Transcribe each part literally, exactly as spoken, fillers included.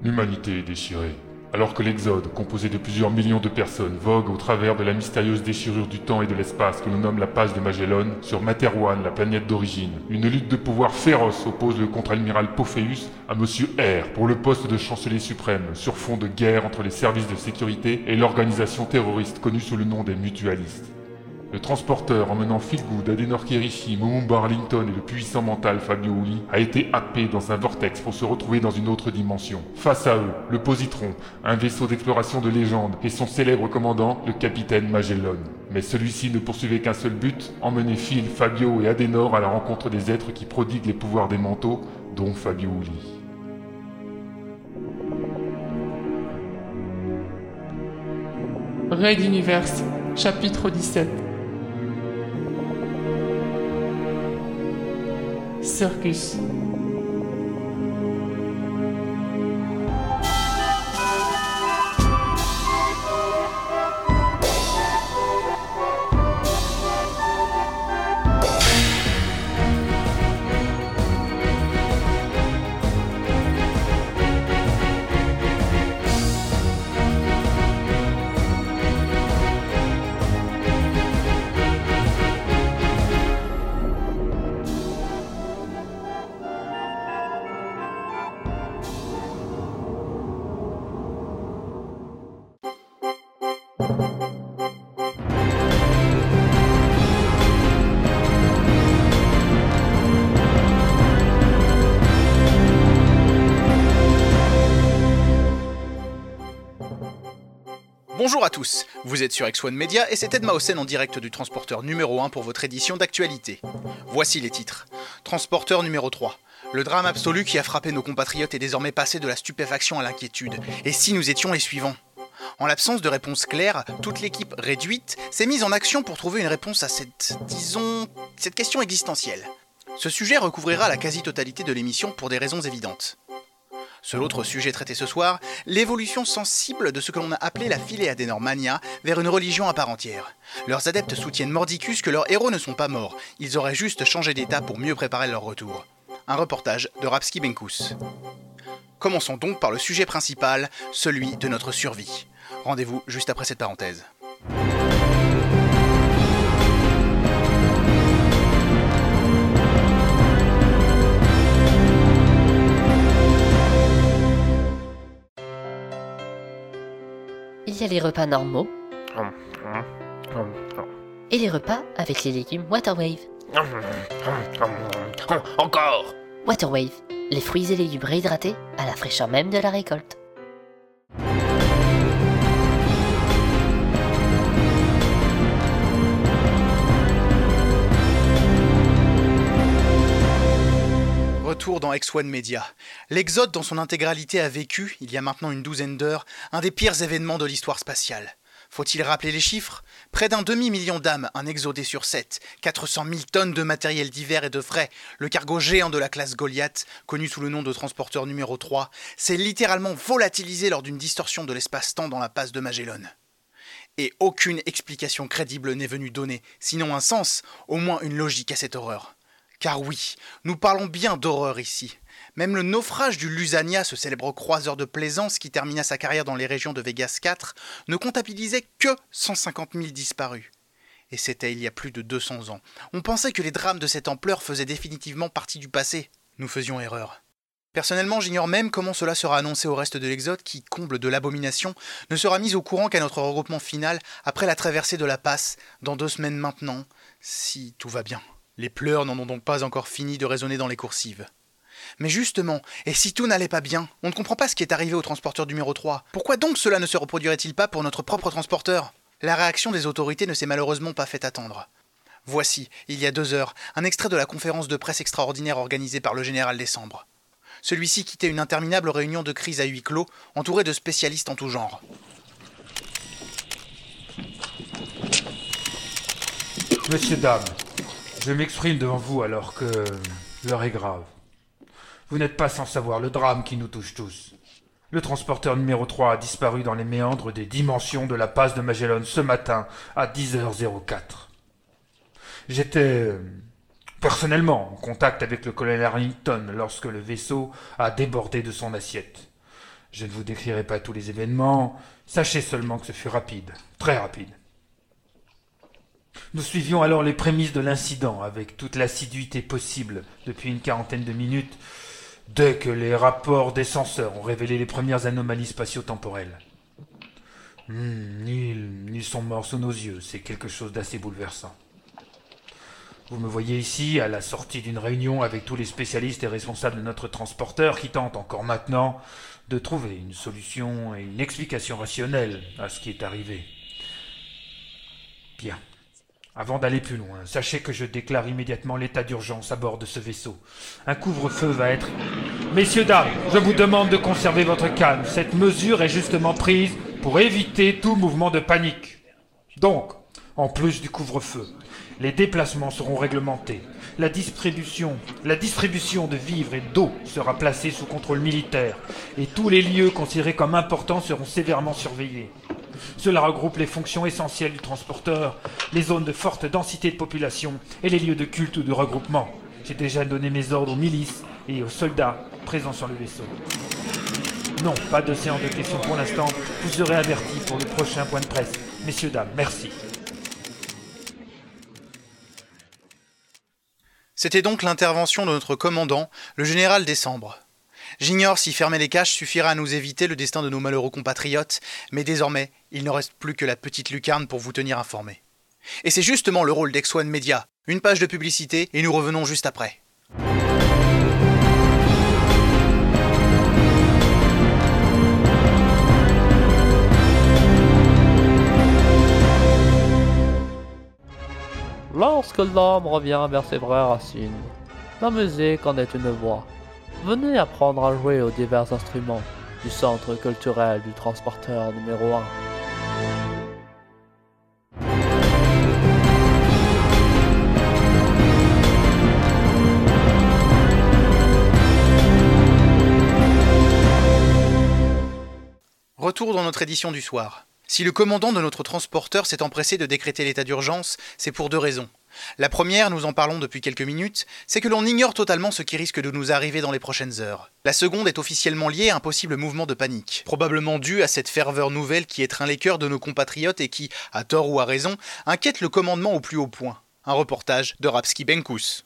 L'humanité est déchirée. Alors que l'Exode, composé de plusieurs millions de personnes, vogue au travers de la mystérieuse déchirure du temps et de l'espace que l'on nomme la passe de Magellan, sur Materwan, la planète d'origine, une lutte de pouvoir féroce oppose le contre-amiral Pophéus à Monsieur R pour le poste de chancelier suprême, sur fond de guerre entre les services de sécurité et l'organisation terroriste connue sous le nom des mutualistes. Le transporteur emmenant Feelgood, Adenor Kirishi, Momumba Arlington et le puissant mental Fabio Uli a été happé dans un vortex pour se retrouver dans une autre dimension. Face à eux, le Positron, un vaisseau d'exploration de légende, et son célèbre commandant, le capitaine Magellan. Mais celui-ci ne poursuivait qu'un seul but, emmener Phil, Fabio et Adenor à la rencontre des êtres qui prodiguent les pouvoirs des manteaux, dont Fabio Uli. Raid Universe, chapitre dix-sept. Circus. Bonjour à tous, vous êtes sur X un Media et c'est Ed Mausen en direct du Transporteur numéro un pour votre édition d'actualité. Voici les titres. Transporteur numéro trois. Le drame absolu qui a frappé nos compatriotes est désormais passé de la stupéfaction à l'inquiétude. Et si nous étions les suivants ? En l'absence de réponse claire, toute l'équipe réduite s'est mise en action pour trouver une réponse à cette, disons, cette question existentielle. Ce sujet recouvrira la quasi-totalité de l'émission pour des raisons évidentes. Seul autre sujet traité ce soir, l'évolution sensible de ce que l'on a appelé la Philéadenormania vers une religion à part entière. Leurs adeptes soutiennent mordicus que leurs héros ne sont pas morts, ils auraient juste changé d'état pour mieux préparer leur retour. Un reportage de Rapski Benkus. Commençons donc par le sujet principal, celui de notre survie. Rendez-vous juste après cette parenthèse. Il y a les repas normaux et les repas avec les légumes Waterwave. Encore. Waterwave, les fruits et légumes réhydratés à la fraîcheur même de la récolte. Retour dans X un Media. L'Exode dans son intégralité a vécu, il y a maintenant une douzaine d'heures, un des pires événements de l'histoire spatiale. Faut-il rappeler les chiffres ? Près d'un demi-million d'âmes, un exodé sur sept, quatre cent mille tonnes de matériel divers et de frais, le cargo géant de la classe Goliath, connu sous le nom de transporteur numéro trois, s'est littéralement volatilisé lors d'une distorsion de l'espace-temps dans la passe de Magellan. Et aucune explication crédible n'est venue donner, sinon un sens, au moins une logique à cette horreur. Car oui, nous parlons bien d'horreur ici. Même le naufrage du Lusania, ce célèbre croiseur de plaisance qui termina sa carrière dans les régions de Vegas quatre, ne comptabilisait que cent cinquante mille disparus. Et c'était il y a plus de deux cents ans. On pensait que les drames de cette ampleur faisaient définitivement partie du passé. Nous faisions erreur. Personnellement, j'ignore même comment cela sera annoncé au reste de l'Exode qui, comble de l'abomination, ne sera mis au courant qu'à notre regroupement final après la traversée de la passe, dans deux semaines maintenant, si tout va bien. Les pleurs n'en ont donc pas encore fini de résonner dans les coursives. Mais justement, et si tout n'allait pas bien, on ne comprend pas ce qui est arrivé au transporteur numéro trois. Pourquoi donc cela ne se reproduirait-il pas pour notre propre transporteur ? La réaction des autorités ne s'est malheureusement pas fait attendre. Voici, il y a deux heures, un extrait de la conférence de presse extraordinaire organisée par le général Décembre. Celui-ci quittait une interminable réunion de crise à huis clos, entouré de spécialistes en tout genre. Messieurs, dames, je m'exprime devant vous alors que l'heure est grave. Vous n'êtes pas sans savoir le drame qui nous touche tous. Le transporteur numéro trois a disparu dans les méandres des dimensions de la passe de Magellan ce matin à dix heures quatre. J'étais euh, personnellement en contact avec le colonel Arlington lorsque le vaisseau a débordé de son assiette. Je ne vous décrirai pas tous les événements, sachez seulement que ce fut rapide, très rapide. Nous suivions alors les prémices de l'incident avec toute l'assiduité possible depuis une quarantaine de minutes, dès que les rapports des censeurs ont révélé les premières anomalies spatio-temporelles. Hmm, ils, ils sont morts sous nos yeux, c'est quelque chose d'assez bouleversant. Vous me voyez ici, à la sortie d'une réunion avec tous les spécialistes et responsables de notre transporteur qui tentent encore maintenant de trouver une solution et une explication rationnelle à ce qui est arrivé. Bien. Avant d'aller plus loin, sachez que je déclare immédiatement l'état d'urgence à bord de ce vaisseau. Un couvre-feu va être... Messieurs, dames, je vous demande de conserver votre calme. Cette mesure est justement prise pour éviter tout mouvement de panique. Donc, en plus du couvre-feu, les déplacements seront réglementés. La distribution, la distribution de vivres et d'eau sera placée sous contrôle militaire. Et tous les lieux considérés comme importants seront sévèrement surveillés. Cela regroupe les fonctions essentielles du transporteur, les zones de forte densité de population et les lieux de culte ou de regroupement. J'ai déjà donné mes ordres aux milices et aux soldats présents sur le vaisseau. Non, pas de séance de questions pour l'instant. Vous serez avertis pour le prochain point de presse. Messieurs, dames, merci. C'était donc l'intervention de notre commandant, le général Décembre. J'ignore si fermer les caches suffira à nous éviter le destin de nos malheureux compatriotes, mais désormais, il ne reste plus que la petite lucarne pour vous tenir informés. Et c'est justement le rôle d'X un Media. Une page de publicité et nous revenons juste après. Lorsque l'homme revient vers ses vraies racines, la musique en est une voix. Venez apprendre à jouer aux divers instruments du centre culturel du transporteur numéro un. Retour dans notre édition du soir. Si le commandant de notre transporteur s'est empressé de décréter l'état d'urgence, c'est pour deux raisons. La première, nous en parlons depuis quelques minutes, c'est que l'on ignore totalement ce qui risque de nous arriver dans les prochaines heures. La seconde est officiellement liée à un possible mouvement de panique, probablement dû à cette ferveur nouvelle qui étreint les cœurs de nos compatriotes et qui, à tort ou à raison, inquiète le commandement au plus haut point. Un reportage de Rapski Benkus.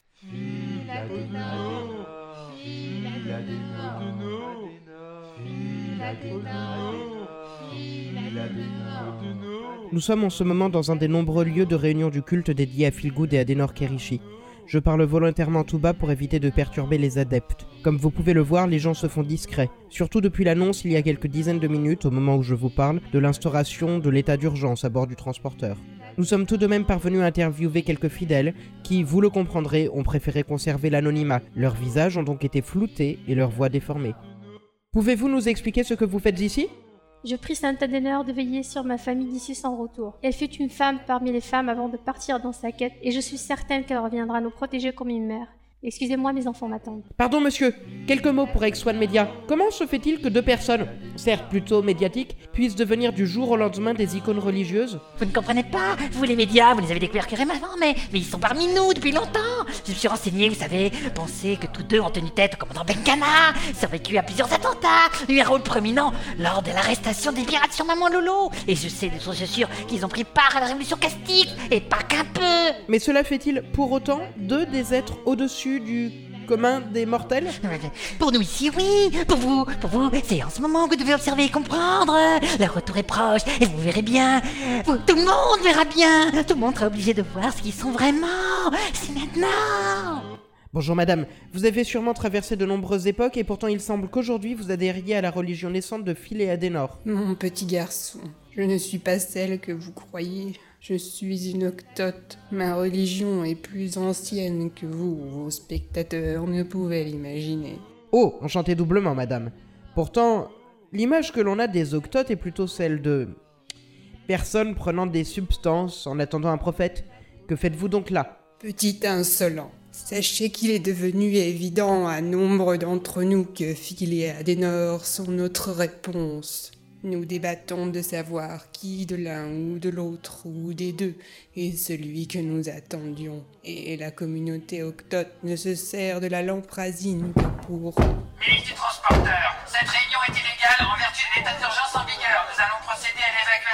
Nous sommes en ce moment dans un des nombreux lieux de réunion du culte dédié à Feelgood et à Denor Kerishi. Je parle volontairement tout bas pour éviter de perturber les adeptes. Comme vous pouvez le voir, les gens se font discrets. Surtout depuis l'annonce, il y a quelques dizaines de minutes, au moment où je vous parle, de l'instauration de l'état d'urgence à bord du transporteur. Nous sommes tout de même parvenus à interviewer quelques fidèles qui, vous le comprendrez, ont préféré conserver l'anonymat. Leurs visages ont donc été floutés et leurs voix déformées. Pouvez-vous nous expliquer ce que vous faites ici ? Je prie Sainte Adenor de veiller sur ma famille d'ici sans retour. Elle fut une femme parmi les femmes avant de partir dans sa quête, et je suis certaine qu'elle reviendra nous protéger comme une mère. Excusez-moi, mes enfants m'attendent. Pardon, monsieur. Quelques mots pour X un Media. Comment se fait-il que deux personnes, certes plutôt médiatiques, puissent devenir du jour au lendemain des icônes religieuses ? Vous ne comprenez pas, vous les médias, vous les avez découverts carrément avant, mais, mais ils sont parmi nous depuis longtemps. Je me suis renseigné, vous savez, pensez que tous deux ont tenu tête au commandant Benkana, survécu à plusieurs attentats, eu un rôle prominent lors de l'arrestation des pirates sur Maman Lolo. Et je sais de sources sûres qu'ils ont pris part à la révolution castique, et pas qu'un peu. Mais cela fait-il pour autant d'eux des êtres au-dessus du commun des mortels ? Pour nous ici, oui. Pour vous, pour vous, c'est en ce moment que vous devez observer et comprendre. Le retour est proche et vous verrez bien. Vous, tout le monde verra bien. Tout le monde sera obligé de voir ce qu'ils sont vraiment. C'est maintenant. Bonjour madame, vous avez sûrement traversé de nombreuses époques et pourtant il semble qu'aujourd'hui vous adhériez à la religion naissante de Phil et Adenor. Mon petit garçon, je ne suis pas celle que vous croyez. Je suis une octote. Ma religion est plus ancienne que vous, vos spectateurs ne pouvaient l'imaginer. Oh, enchanté doublement, madame. Pourtant, l'image que l'on a des octotes est plutôt celle de... personnes prenant des substances en attendant un prophète. Que faites-vous donc là ? Petit insolent, sachez qu'il est devenu évident à nombre d'entre nous que Phil et Adenor sont notre réponse. Nous débattons de savoir qui de l'un ou de l'autre ou des deux est celui que nous attendions. Et la communauté octote ne se sert de la lamprazine que pour... Ministre du Transporteur, cette réunion est illégale envers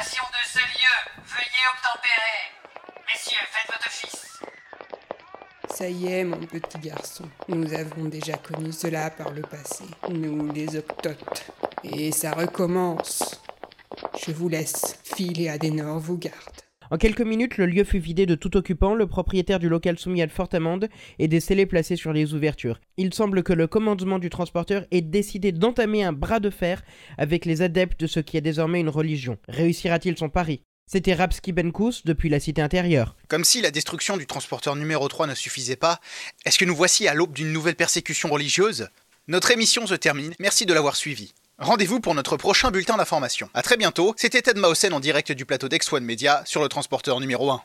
Désignation de ce lieu. Veuillez obtempérer. Messieurs, faites votre office. Ça y est, mon petit garçon. Nous avons déjà connu cela par le passé. Nous, les Octotes. Et ça recommence. Je vous laisse. Phil et Adenor vous gardent. En quelques minutes, le lieu fut vidé de tout occupant, le propriétaire du local soumis à de fortes amendes et des scellés placés sur les ouvertures. Il semble que le commandement du transporteur ait décidé d'entamer un bras de fer avec les adeptes de ce qui est désormais une religion. Réussira-t-il son pari ? C'était Rapski Benkous depuis la cité intérieure. Comme si la destruction du transporteur numéro trois ne suffisait pas, est-ce que nous voici à l'aube d'une nouvelle persécution religieuse ? Notre émission se termine, merci de l'avoir suivi. Rendez-vous pour notre prochain bulletin d'information. A très bientôt, c'était Ted Mausen en direct du plateau d'X one Media sur le transporteur numéro un.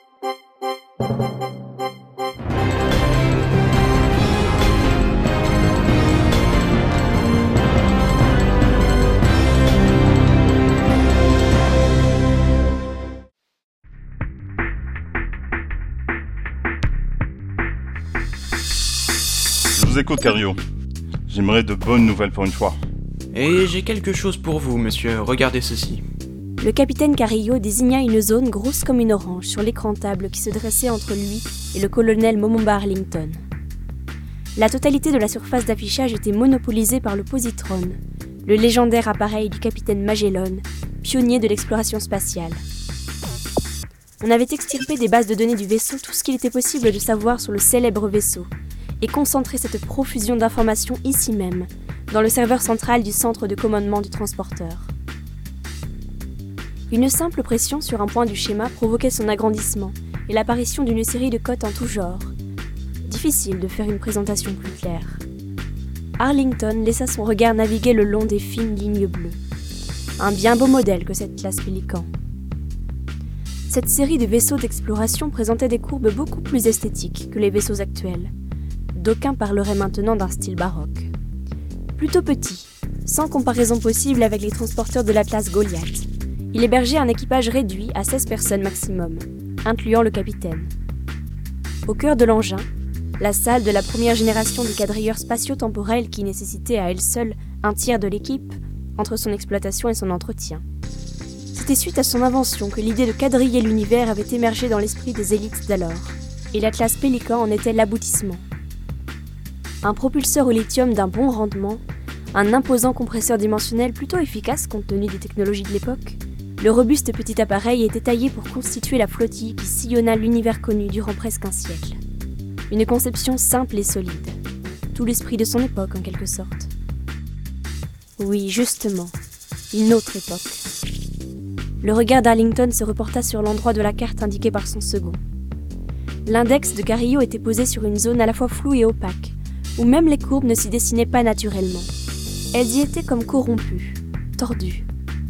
Je vous écoute, Cario. J'aimerais de bonnes nouvelles pour une fois. Et j'ai quelque chose pour vous, monsieur. Regardez ceci. Le capitaine Carillo désigna une zone grosse comme une orange sur l'écran table qui se dressait entre lui et le colonel Momomba Arlington. La totalité de la surface d'affichage était monopolisée par le positron, le légendaire appareil du capitaine Magellan, pionnier de l'exploration spatiale. On avait extirpé des bases de données du vaisseau tout ce qu'il était possible de savoir sur le célèbre vaisseau, et concentré cette profusion d'informations ici même, dans le serveur central du centre de commandement du transporteur. Une simple pression sur un point du schéma provoquait son agrandissement et l'apparition d'une série de cotes en tout genre. Difficile de faire une présentation plus claire. Arlington laissa son regard naviguer le long des fines lignes bleues. Un bien beau modèle que cette classe Pélican. Cette série de vaisseaux d'exploration présentait des courbes beaucoup plus esthétiques que les vaisseaux actuels. D'aucuns parleraient maintenant d'un style baroque. Plutôt petit, sans comparaison possible avec les transporteurs de l'Atlas Goliath. Il hébergeait un équipage réduit à seize personnes maximum, incluant le capitaine. Au cœur de l'engin, la salle de la première génération des quadrilleurs spatio-temporels qui nécessitait à elle seule un tiers de l'équipe entre son exploitation et son entretien. C'était suite à son invention que l'idée de quadriller l'univers avait émergé dans l'esprit des élites d'alors, et l'Atlas Pélican en était l'aboutissement. Un propulseur au lithium d'un bon rendement, un imposant compresseur dimensionnel plutôt efficace compte tenu des technologies de l'époque, le robuste petit appareil était taillé pour constituer la flottille qui sillonna l'univers connu durant presque un siècle. Une conception simple et solide, tout l'esprit de son époque en quelque sorte. Oui, justement, une autre époque. Le regard d'Arlington se reporta sur l'endroit de la carte indiqué par son second. L'index de Carillo était posé sur une zone à la fois floue et opaque, où même les courbes ne s'y dessinaient pas naturellement. Elles y étaient comme corrompues, tordues.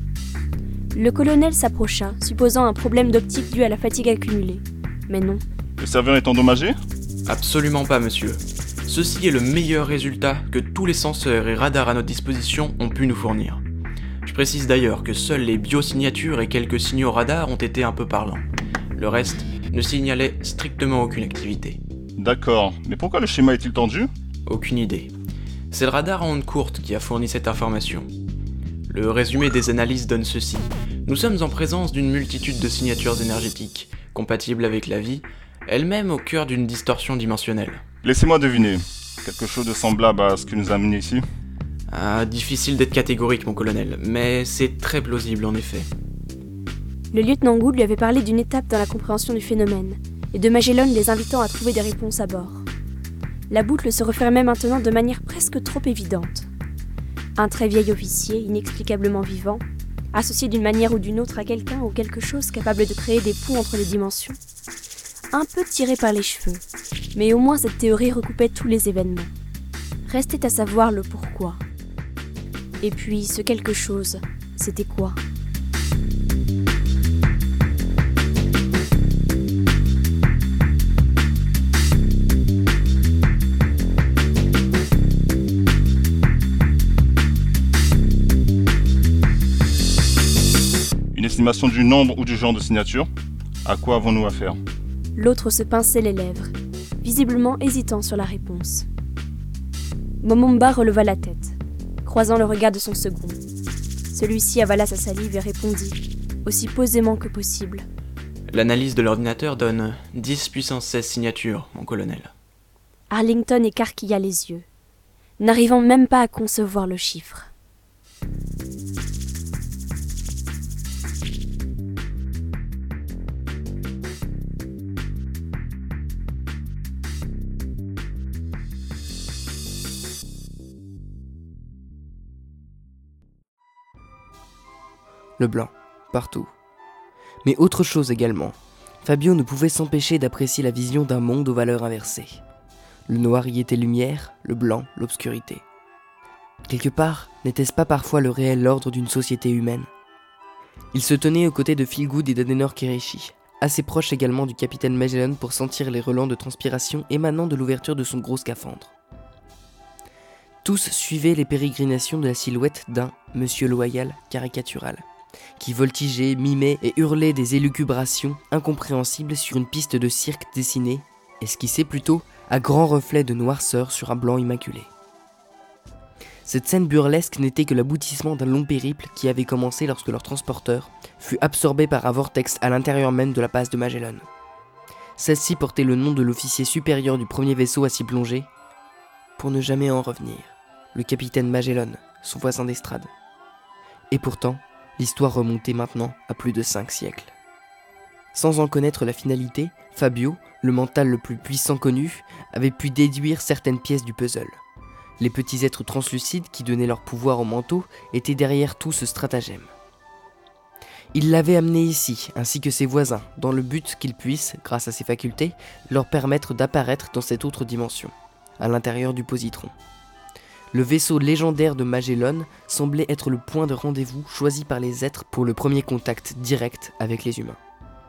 Le colonel s'approcha, supposant un problème d'optique dû à la fatigue accumulée. Mais non. Le serveur est endommagé ? Absolument pas, monsieur. Ceci est le meilleur résultat que tous les senseurs et radars à notre disposition ont pu nous fournir. Je précise d'ailleurs que seules les biosignatures et quelques signaux radars ont été un peu parlants. Le reste ne signalait strictement aucune activité. D'accord, mais pourquoi le schéma est-il tendu ? Aucune idée. C'est le radar à ondes courtes qui a fourni cette information. Le résumé des analyses donne ceci. Nous sommes en présence d'une multitude de signatures énergétiques, compatibles avec la vie, elle-même au cœur d'une distorsion dimensionnelle. Laissez-moi deviner. Quelque chose de semblable à ce qui nous a amenés ici ? Ah, difficile d'être catégorique, mon colonel, mais c'est très plausible en effet. Le lieutenant Gould lui avait parlé d'une étape dans la compréhension du phénomène, et de Magellan les invitant à trouver des réponses à bord. La boucle se refermait maintenant de manière presque trop évidente. Un très vieil officier, inexplicablement vivant, associé d'une manière ou d'une autre à quelqu'un ou quelque chose capable de créer des ponts entre les dimensions. Un peu tiré par les cheveux, mais au moins cette théorie recoupait tous les événements. Restait à savoir le pourquoi. Et puis, ce quelque chose, c'était quoi ? Une estimation du nombre ou du genre de signature ? À quoi avons-nous affaire ? L'autre se pinçait les lèvres, visiblement hésitant sur la réponse. Momomba releva la tête, croisant le regard de son second. Celui-ci avala sa salive et répondit. aussi posément que possible. L'analyse de l'ordinateur donne dix puissance seize signatures, mon colonel. Arlington écarquilla les yeux, n'arrivant même pas à concevoir le chiffre. Le blanc, partout. Mais autre chose également. Fabio ne pouvait s'empêcher d'apprécier la vision d'un monde aux valeurs inversées. Le noir y était lumière, le blanc, l'obscurité. Quelque part, n'était-ce pas parfois le réel ordre d'une société humaine ? Il se tenait aux côtés de Feelgood et d'Adenor Kerishi, assez proche également du capitaine Magellan pour sentir les relents de transpiration émanant de l'ouverture de son gros scaphandre. Tous suivaient les pérégrinations de la silhouette d'un Monsieur Loyal caricatural, qui voltigeait, mimait et hurlait des élucubrations incompréhensibles sur une piste de cirque dessinée, esquissée plutôt, à grands reflets de noirceur sur un blanc immaculé. Cette scène burlesque n'était que l'aboutissement d'un long périple qui avait commencé lorsque leur transporteur fut absorbé par un vortex à l'intérieur même de la base de Magellan. Celle-ci portait le nom de l'officier supérieur du premier vaisseau à s'y plonger, pour ne jamais en revenir, le capitaine Magellan, son voisin d'estrade. Et pourtant, l'histoire remontait maintenant à plus de cinq siècles. Sans en connaître la finalité, Fabio, le mental le plus puissant connu, avait pu déduire certaines pièces du puzzle. Les petits êtres translucides qui donnaient leur pouvoir au manteau étaient derrière tout ce stratagème. Il l'avait amené ici, ainsi que ses voisins, dans le but qu'ils puissent, grâce à ses facultés, leur permettre d'apparaître dans cette autre dimension, à l'intérieur du positron. Le vaisseau légendaire de Magellan semblait être le point de rendez-vous choisi par les êtres pour le premier contact direct avec les humains.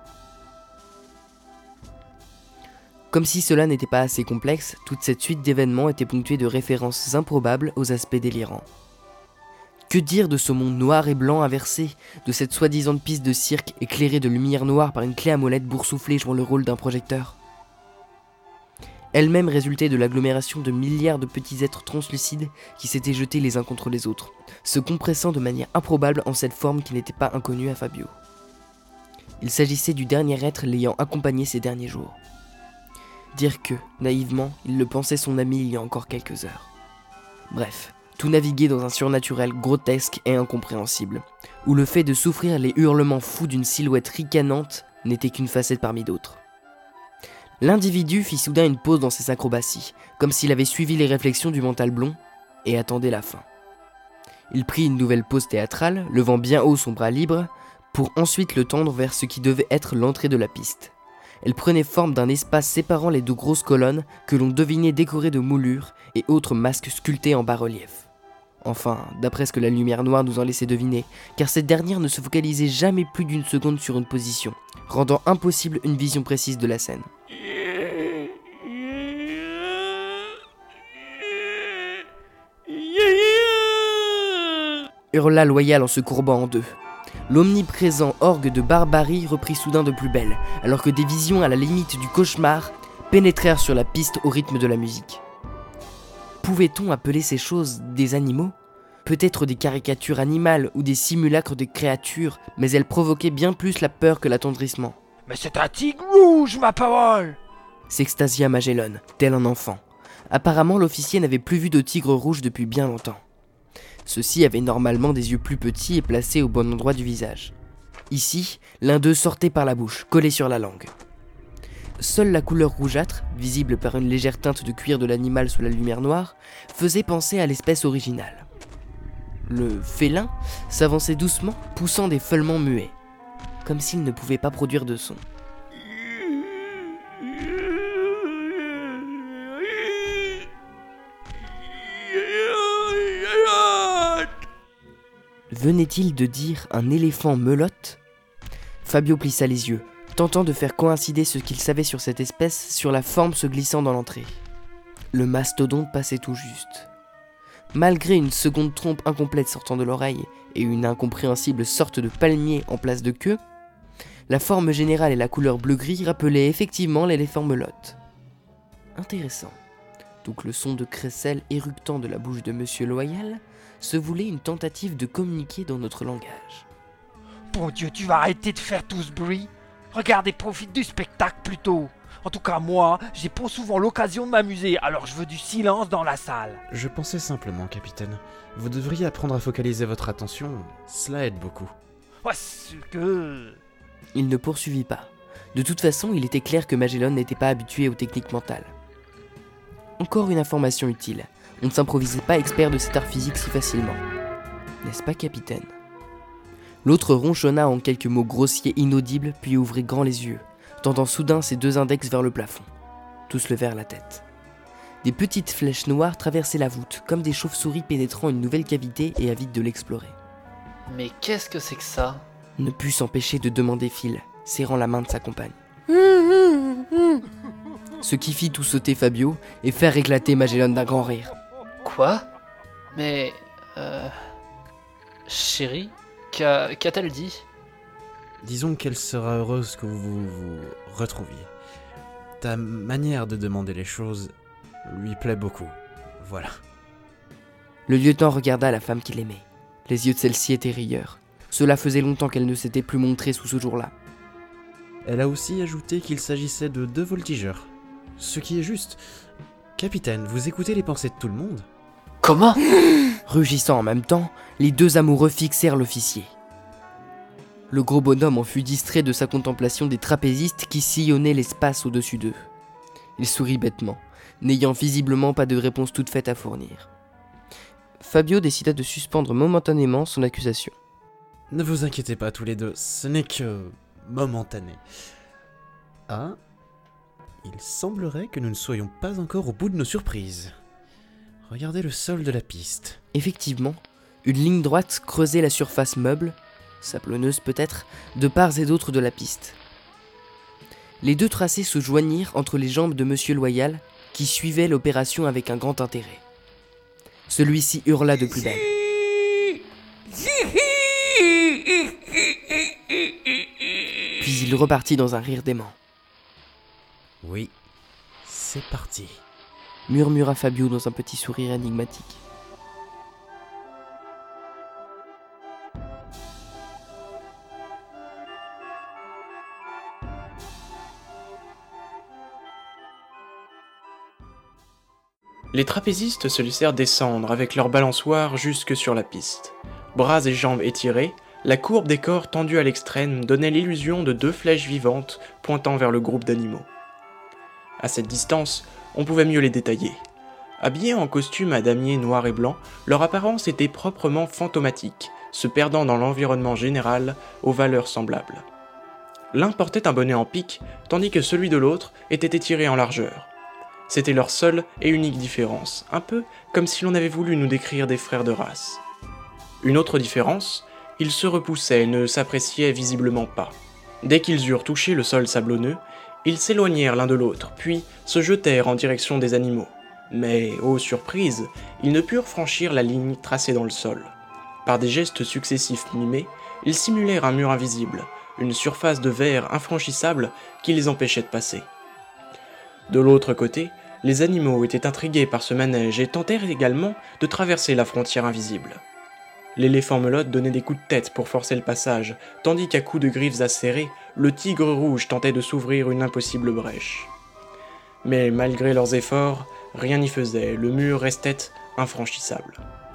Comme si cela n'était pas assez complexe, toute cette suite d'événements était ponctuée de références improbables aux aspects délirants. Que dire de ce monde noir et blanc inversé, de cette soi-disant piste de cirque éclairée de lumière noire par une clé à molette boursouflée jouant le rôle d'un projecteur ? Elle-même résultait de l'agglomération de milliards de petits êtres translucides qui s'étaient jetés les uns contre les autres, se compressant de manière improbable en cette forme qui n'était pas inconnue à Fabio. Il s'agissait du dernier être l'ayant accompagné ces derniers jours. Dire que, naïvement, il le pensait son ami il y a encore quelques heures. Bref, tout naviguait dans un surnaturel grotesque et incompréhensible, où le fait de souffrir les hurlements fous d'une silhouette ricanante n'était qu'une facette parmi d'autres. L'individu fit soudain une pause dans ses acrobaties, comme s'il avait suivi les réflexions du mental blond, et attendait la fin. Il prit une nouvelle pose théâtrale, levant bien haut son bras libre, pour ensuite le tendre vers ce qui devait être l'entrée de la piste. Elle prenait forme d'un espace séparant les deux grosses colonnes que l'on devinait décorées de moulures et autres masques sculptés en bas-relief. Enfin, d'après ce que la lumière noire nous en laissait deviner, car cette dernière ne se focalisait jamais plus d'une seconde sur une position, rendant impossible une vision précise de la scène. Hurla Loyal en se courbant en deux. L'omniprésent orgue de barbarie reprit soudain de plus belle, alors que des visions à la limite du cauchemar pénétrèrent sur la piste au rythme de la musique. Pouvait-on appeler ces choses des animaux ? Peut-être des caricatures animales ou des simulacres de créatures, mais elles provoquaient bien plus la peur que l'attendrissement. « Mais c'est un tigre rouge, ma parole !» s'extasia Magellan, tel un enfant. Apparemment, l'officier n'avait plus vu de tigre rouge depuis bien longtemps. Ceux-ci avaient normalement des yeux plus petits et placés au bon endroit du visage. Ici, l'un d'eux sortait par la bouche, collé sur la langue. Seule la couleur rougeâtre, visible par une légère teinte de cuir de l'animal sous la lumière noire, faisait penser à l'espèce originale. Le félin s'avançait doucement, poussant des feulements muets, comme s'il ne pouvait pas produire de son. Venait-il de dire un éléphant melotte ? Fabio plissa les yeux, tentant de faire coïncider ce qu'il savait sur cette espèce sur la forme se glissant dans l'entrée. Le mastodonte passait tout juste. Malgré une seconde trompe incomplète sortant de l'oreille et une incompréhensible sorte de palmier en place de queue, la forme générale et la couleur bleu-gris rappelaient effectivement l'éléphant melotte. Intéressant. Donc le son de crécelle éructant de la bouche de Monsieur Loyal se voulait une tentative de communiquer dans notre langage. Bon Dieu, tu vas arrêter de faire tout ce bruit. Regarde et profite du spectacle plutôt. En tout cas, moi, j'ai pas souvent l'occasion de m'amuser, alors je veux du silence dans la salle. Je pensais simplement, capitaine. Vous devriez apprendre à focaliser votre attention. Cela aide beaucoup. Parce que... Il ne poursuivit pas. De toute façon, il était clair que Magellan n'était pas habitué aux techniques mentales. Encore une information utile. On ne s'improvisait pas expert de cet art physique si facilement. N'est-ce pas, capitaine ? L'autre ronchonna en quelques mots grossiers inaudibles, puis ouvrit grand les yeux, tendant soudain ses deux index vers le plafond. Tous levèrent la tête. Des petites flèches noires traversaient la voûte, comme des chauves-souris pénétrant une nouvelle cavité et avides de l'explorer. Mais qu'est-ce que c'est que ça ? Ne put s'empêcher de demander Phil, serrant la main de sa compagne. Ce qui fit tout sauter Fabio et faire éclater Magellan d'un grand rire. Quoi ? Mais... Euh... Chérie ? Qu'a... Qu'a-t-elle dit ? Disons qu'elle sera heureuse que vous vous retrouviez. Ta manière de demander les choses lui plaît beaucoup. Voilà. Le lieutenant regarda la femme qu'il aimait. Les yeux de celle-ci étaient rieurs. Cela faisait longtemps qu'elle ne s'était plus montrée sous ce jour-là. Elle a aussi ajouté qu'il s'agissait de deux voltigeurs. Ce qui est juste. Capitaine, vous écoutez les pensées de tout le monde ? Comment ? Rugissant en même temps, les deux amoureux fixèrent l'officier. Le gros bonhomme en fut distrait de sa contemplation des trapézistes qui sillonnaient l'espace au-dessus d'eux. Il sourit bêtement, n'ayant visiblement pas de réponse toute faite à fournir. Fabio décida de suspendre momentanément son accusation. Ne vous inquiétez pas tous les deux, ce n'est que momentané. Ah, il semblerait que nous ne soyons pas encore au bout de nos surprises. Regardez le sol de la piste. Effectivement, une ligne droite creusait la surface meuble, sablonneuse peut-être, de part et d'autre de la piste. Les deux tracés se joignirent entre les jambes de Monsieur Loyal, qui suivait l'opération avec un grand intérêt. Celui-ci hurla de plus belle. Puis il repartit dans un rire dément. Oui, c'est parti, murmura Fabio dans un petit sourire énigmatique. Les trapézistes se laissèrent descendre avec leur balançoire jusque sur la piste. Bras et jambes étirés, la courbe des corps tendus à l'extrême donnait l'illusion de deux flèches vivantes pointant vers le groupe d'animaux. À cette distance, on pouvait mieux les détailler. Habillés en costume à damier noir et blanc, leur apparence était proprement fantomatique, se perdant dans l'environnement général aux valeurs semblables. L'un portait un bonnet en pique, tandis que celui de l'autre était étiré en largeur. C'était leur seule et unique différence, un peu comme si l'on avait voulu nous décrire des frères de race. Une autre différence, ils se repoussaient et ne s'appréciaient visiblement pas. Dès qu'ils eurent touché le sol sablonneux, ils s'éloignèrent l'un de l'autre, puis se jetèrent en direction des animaux. Mais, ô surprise, ils ne purent franchir la ligne tracée dans le sol. Par des gestes successifs mimés, ils simulèrent un mur invisible, une surface de verre infranchissable qui les empêchait de passer. De l'autre côté, les animaux étaient intrigués par ce manège et tentèrent également de traverser la frontière invisible. L'éléphant melotte donnait des coups de tête pour forcer le passage, tandis qu'à coups de griffes acérées, le tigre rouge tentait de s'ouvrir une impossible brèche. Mais malgré leurs efforts, rien n'y faisait, le mur restait infranchissable.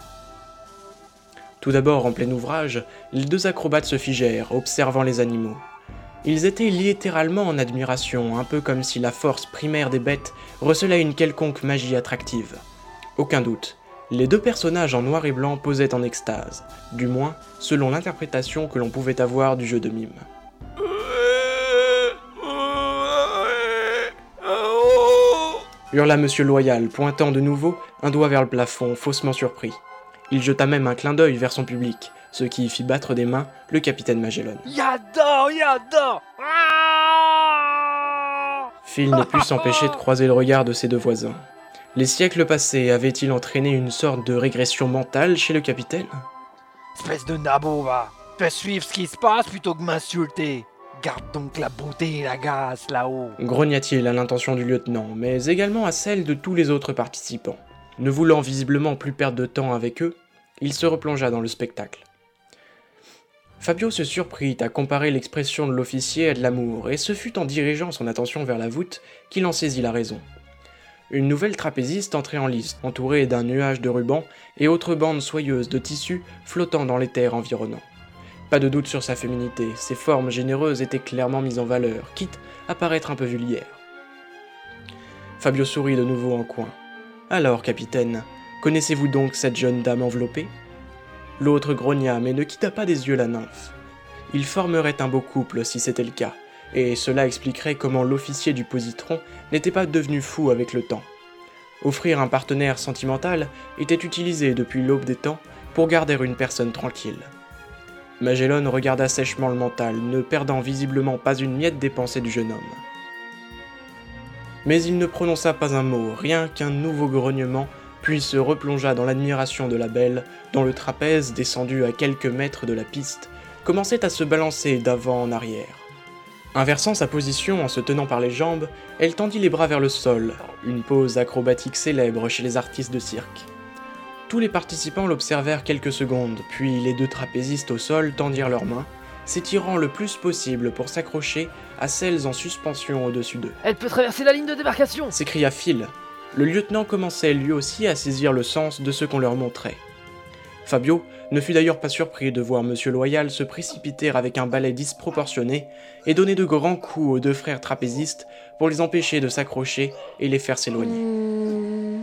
Tout d'abord en plein ouvrage, les deux acrobates se figèrent, observant les animaux. Ils étaient littéralement en admiration, un peu comme si la force primaire des bêtes recelait une quelconque magie attractive. Aucun doute, les deux personnages en noir et blanc posaient en extase, du moins selon l'interprétation que l'on pouvait avoir du jeu de mime. Hurla Monsieur Loyal, pointant de nouveau un doigt vers le plafond, faussement surpris. Il jeta même un clin d'œil vers son public, ce qui fit battre des mains le capitaine Magellan. Yador, Yador ah Phil ne put s'empêcher de croiser le regard de ses deux voisins. Les siècles passés avaient-ils entraîné une sorte de régression mentale chez le capitaine ? Espèce de nabo, va. Fais suivre ce qui se passe plutôt que m'insulter. Garde donc la beauté et la grâce là-haut. Grogna-t-il à l'intention du lieutenant, mais également à celle de tous les autres participants. Ne voulant visiblement plus perdre de temps avec eux, il se replongea dans le spectacle. Fabio se surprit à comparer l'expression de l'officier à de l'amour, et ce fut en dirigeant son attention vers la voûte qu'il en saisit la raison. Une nouvelle trapéziste entrait en lice, entourée d'un nuage de rubans et autres bandes soyeuses de tissu flottant dans l'éther environnant. Pas de doute sur sa féminité, ses formes généreuses étaient clairement mises en valeur, quitte à paraître un peu vulgaire. Fabio sourit de nouveau en coin. « Alors, capitaine, connaissez-vous donc cette jeune dame enveloppée ?» L'autre grogna, mais ne quitta pas des yeux la nymphe. Ils formeraient un beau couple si c'était le cas, et cela expliquerait comment l'officier du positron n'était pas devenu fou avec le temps. Offrir un partenaire sentimental était utilisé depuis l'aube des temps pour garder une personne tranquille. Magellan regarda sèchement le mental, ne perdant visiblement pas une miette des pensées du jeune homme. Mais il ne prononça pas un mot, rien qu'un nouveau grognement, puis se replongea dans l'admiration de la belle, dont le trapèze, descendu à quelques mètres de la piste, commençait à se balancer d'avant en arrière. Inversant sa position en se tenant par les jambes, elle tendit les bras vers le sol, une pose acrobatique célèbre chez les artistes de cirque. Tous les participants l'observèrent quelques secondes, puis les deux trapézistes au sol tendirent leurs mains, s'étirant le plus possible pour s'accrocher à celles en suspension au-dessus d'eux. « Elle peut traverser la ligne de démarcation !» s'écria Phil. Le lieutenant commençait lui aussi à saisir le sens de ce qu'on leur montrait. Fabio ne fut d'ailleurs pas surpris de voir Monsieur Loyal se précipiter avec un balai disproportionné et donner de grands coups aux deux frères trapézistes pour les empêcher de s'accrocher et les faire s'éloigner.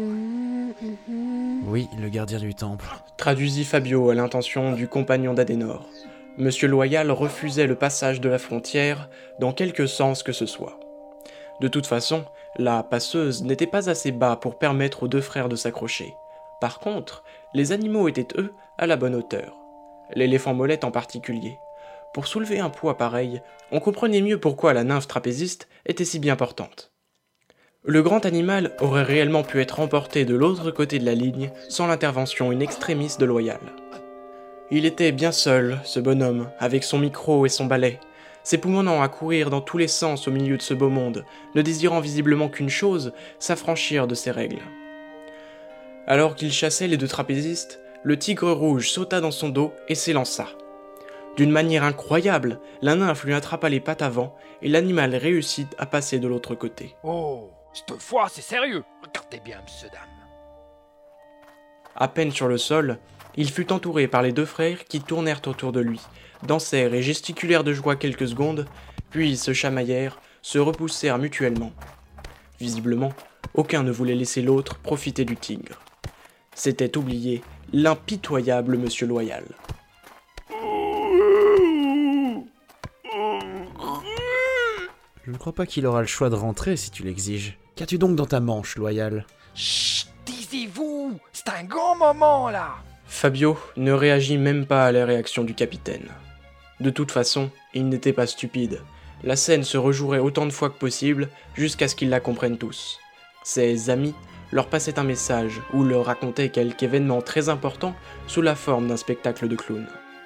Oui, le gardien du temple, traduisit Fabio à l'intention du compagnon d'Adenor. Monsieur Loyal refusait le passage de la frontière dans quelque sens que ce soit. De toute façon, la passeuse n'était pas assez bas pour permettre aux deux frères de s'accrocher. Par contre, les animaux étaient, eux, à la bonne hauteur. L'éléphant molette en particulier. Pour soulever un poids pareil, on comprenait mieux pourquoi la nymphe trapéziste était si bien portante. Le grand animal aurait réellement pu être emporté de l'autre côté de la ligne sans l'intervention in extremis de Loyal. Il était bien seul, ce bonhomme, avec son micro et son balai, s'époumonant à courir dans tous les sens au milieu de ce beau monde, ne désirant visiblement qu'une chose, s'affranchir de ses règles. Alors qu'il chassait les deux trapézistes, le tigre rouge sauta dans son dos et s'élança. D'une manière incroyable, la nymphe lui attrapa les pattes avant et l'animal réussit à passer de l'autre côté. Oh, cette fois c'est sérieux. Regardez bien, monsieur dame. À peine sur le sol, il fut entouré par les deux frères qui tournèrent autour de lui, dansèrent et gesticulèrent de joie quelques secondes, puis se chamaillèrent, se repoussèrent mutuellement. Visiblement, aucun ne voulait laisser l'autre profiter du tigre. C'était oublié l'impitoyable Monsieur Loyal. Je ne crois pas qu'il aura le choix de rentrer si tu l'exiges. Qu'as-tu donc dans ta manche, Loyal ? Chut, taisez-vous, c'est un grand moment là. Fabio ne réagit même pas à la réaction du capitaine. De toute façon, il n'était pas stupide. La scène se rejouerait autant de fois que possible, jusqu'à ce qu'ils la comprennent tous. Ses amis leur passaient un message, ou leur racontaient quelque événement très important sous la forme d'un spectacle de clown.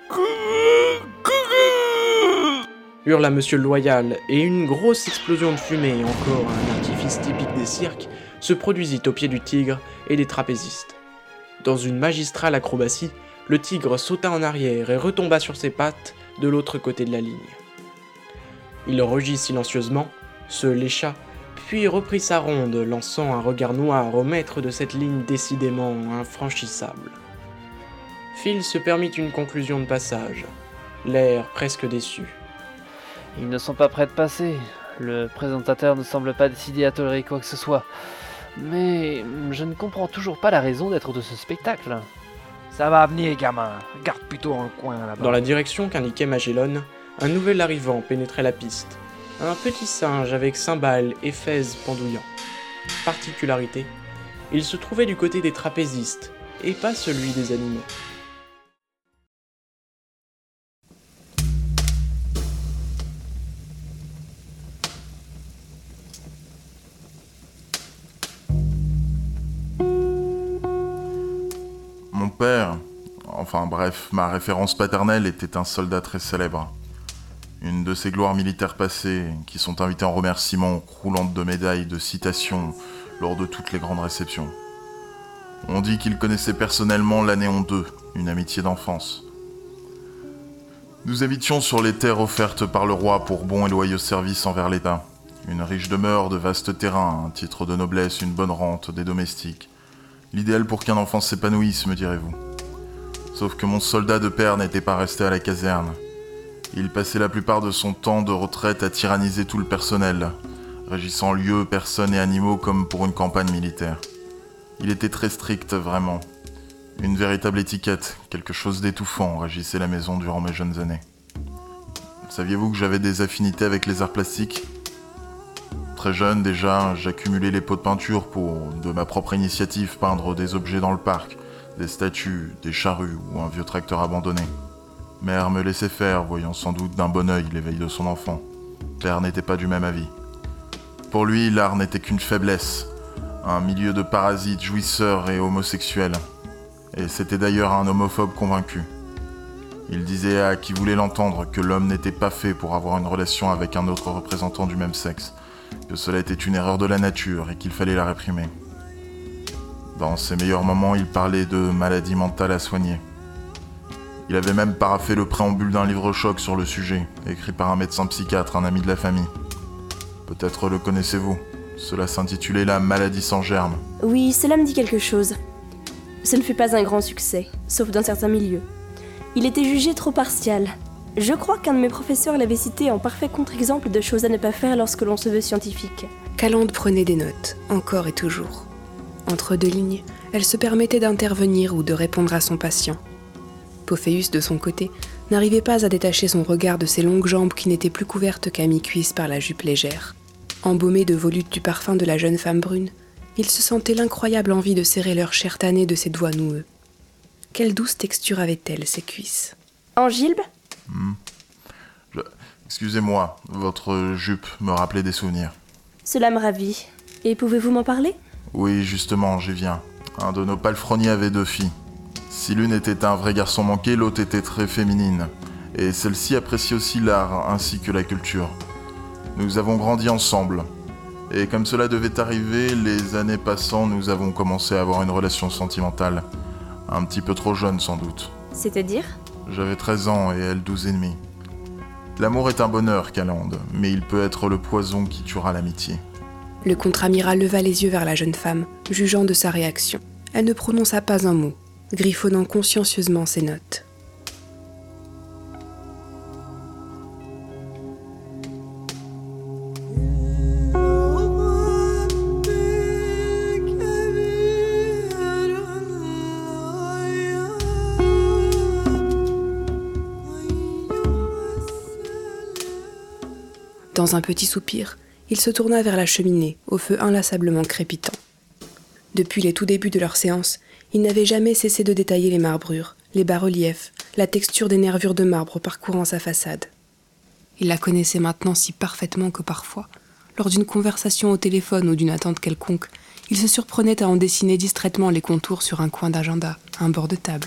Hurla Monsieur Loyal, et une grosse explosion de fumée, et encore un artifice typique des cirques, se produisit au pied du tigre et des trapézistes. Dans une magistrale acrobatie, le tigre sauta en arrière et retomba sur ses pattes de l'autre côté de la ligne. Il rugit silencieusement, se lécha, puis reprit sa ronde, lançant un regard noir au maître de cette ligne décidément infranchissable. Phil se permit une conclusion de passage, l'air presque déçu. Ils ne sont pas prêts de passer. Le présentateur ne semble pas décidé à tolérer quoi que ce soit. Mais je ne comprends toujours pas la raison d'être de ce spectacle. Ça va venir, gamin. Regarde plutôt dans le coin là-bas. Dans la direction qu'indiquait Magellan, un nouvel arrivant pénétrait la piste. Un petit singe avec cymbales et fez pendouillant. Particularité, il se trouvait du côté des trapézistes, et pas celui des animaux. Mon père, enfin bref, ma référence paternelle était un soldat très célèbre. Une de ces gloires militaires passées qui sont invitées en remerciement croulantes de médailles, de citations lors de toutes les grandes réceptions. On dit qu'il connaissait personnellement l'Anéon deux, une amitié d'enfance. Nous habitions sur les terres offertes par le roi pour bons et loyaux services envers l'État. Une riche demeure, de vastes terrains, un titre de noblesse, une bonne rente, des domestiques. L'idéal pour qu'un enfant s'épanouisse, me direz-vous. Sauf que mon soldat de père n'était pas resté à la caserne. Il passait la plupart de son temps de retraite à tyranniser tout le personnel, régissant lieux, personnes et animaux comme pour une campagne militaire. Il était très strict, vraiment. Une véritable étiquette, quelque chose d'étouffant régissait la maison durant mes jeunes années. Saviez-vous que j'avais des affinités avec les arts plastiques ? Très jeune déjà, j'accumulais les pots de peinture pour, de ma propre initiative, peindre des objets dans le parc, des statues, des charrues ou un vieux tracteur abandonné. Mère me laissait faire, voyant sans doute d'un bon œil l'éveil de son enfant. Père n'était pas du même avis. Pour lui, l'art n'était qu'une faiblesse, un milieu de parasites, jouisseurs et homosexuels. Et c'était d'ailleurs un homophobe convaincu. Il disait à qui voulait l'entendre que l'homme n'était pas fait pour avoir une relation avec un autre représentant du même sexe, que cela était une erreur de la nature et qu'il fallait la réprimer. Dans ses meilleurs moments, il parlait de maladie mentale à soigner. Il avait même paraphé le préambule d'un livre-choc sur le sujet, écrit par un médecin psychiatre, un ami de la famille. Peut-être le connaissez-vous. Cela s'intitulait La maladie sans germe. Oui, cela me dit quelque chose. Ce ne fut pas un grand succès, sauf dans certains milieux. Il était jugé trop partial. Je crois qu'un de mes professeurs l'avait cité en parfait contre-exemple de choses à ne pas faire lorsque l'on se veut scientifique. Calande prenait des notes, encore et toujours. Entre deux lignes, elle se permettait d'intervenir ou de répondre à son patient. Pophéus, de son côté, n'arrivait pas à détacher son regard de ses longues jambes qui n'étaient plus couvertes qu'à mi-cuisse par la jupe légère. Embaumé de volutes du parfum de la jeune femme brune, il se sentait l'incroyable envie de serrer leur chair tannée de ses doigts noueux. Quelle douce texture avaient-elles, ces cuisses ? Angilbe ? hmm. Je... Excusez-moi, votre jupe me rappelait des souvenirs. Cela me ravit. Et pouvez-vous m'en parler ? Oui, justement, j'y viens. Un de nos palefreniers avait deux filles. Si l'une était un vrai garçon manqué, l'autre était très féminine. Et celle-ci appréciait aussi l'art, ainsi que la culture. Nous avons grandi ensemble. Et comme cela devait arriver, les années passant, nous avons commencé à avoir une relation sentimentale. Un petit peu trop jeune, sans doute. C'est-à-dire ? J'avais treize ans et elle douze et demi. L'amour est un bonheur, Calande, mais il peut être le poison qui tuera l'amitié. Le contre-amiral leva les yeux vers la jeune femme, jugeant de sa réaction. Elle ne prononça pas un mot, griffonnant consciencieusement ses notes. Dans un petit soupir, il se tourna vers la cheminée, au feu inlassablement crépitant. Depuis les tout débuts de leur séance, il n'avait jamais cessé de détailler les marbrures, les bas-reliefs, la texture des nervures de marbre parcourant sa façade. Il la connaissait maintenant si parfaitement que parfois, lors d'une conversation au téléphone ou d'une attente quelconque, il se surprenait à en dessiner distraitement les contours sur un coin d'agenda, à un bord de table.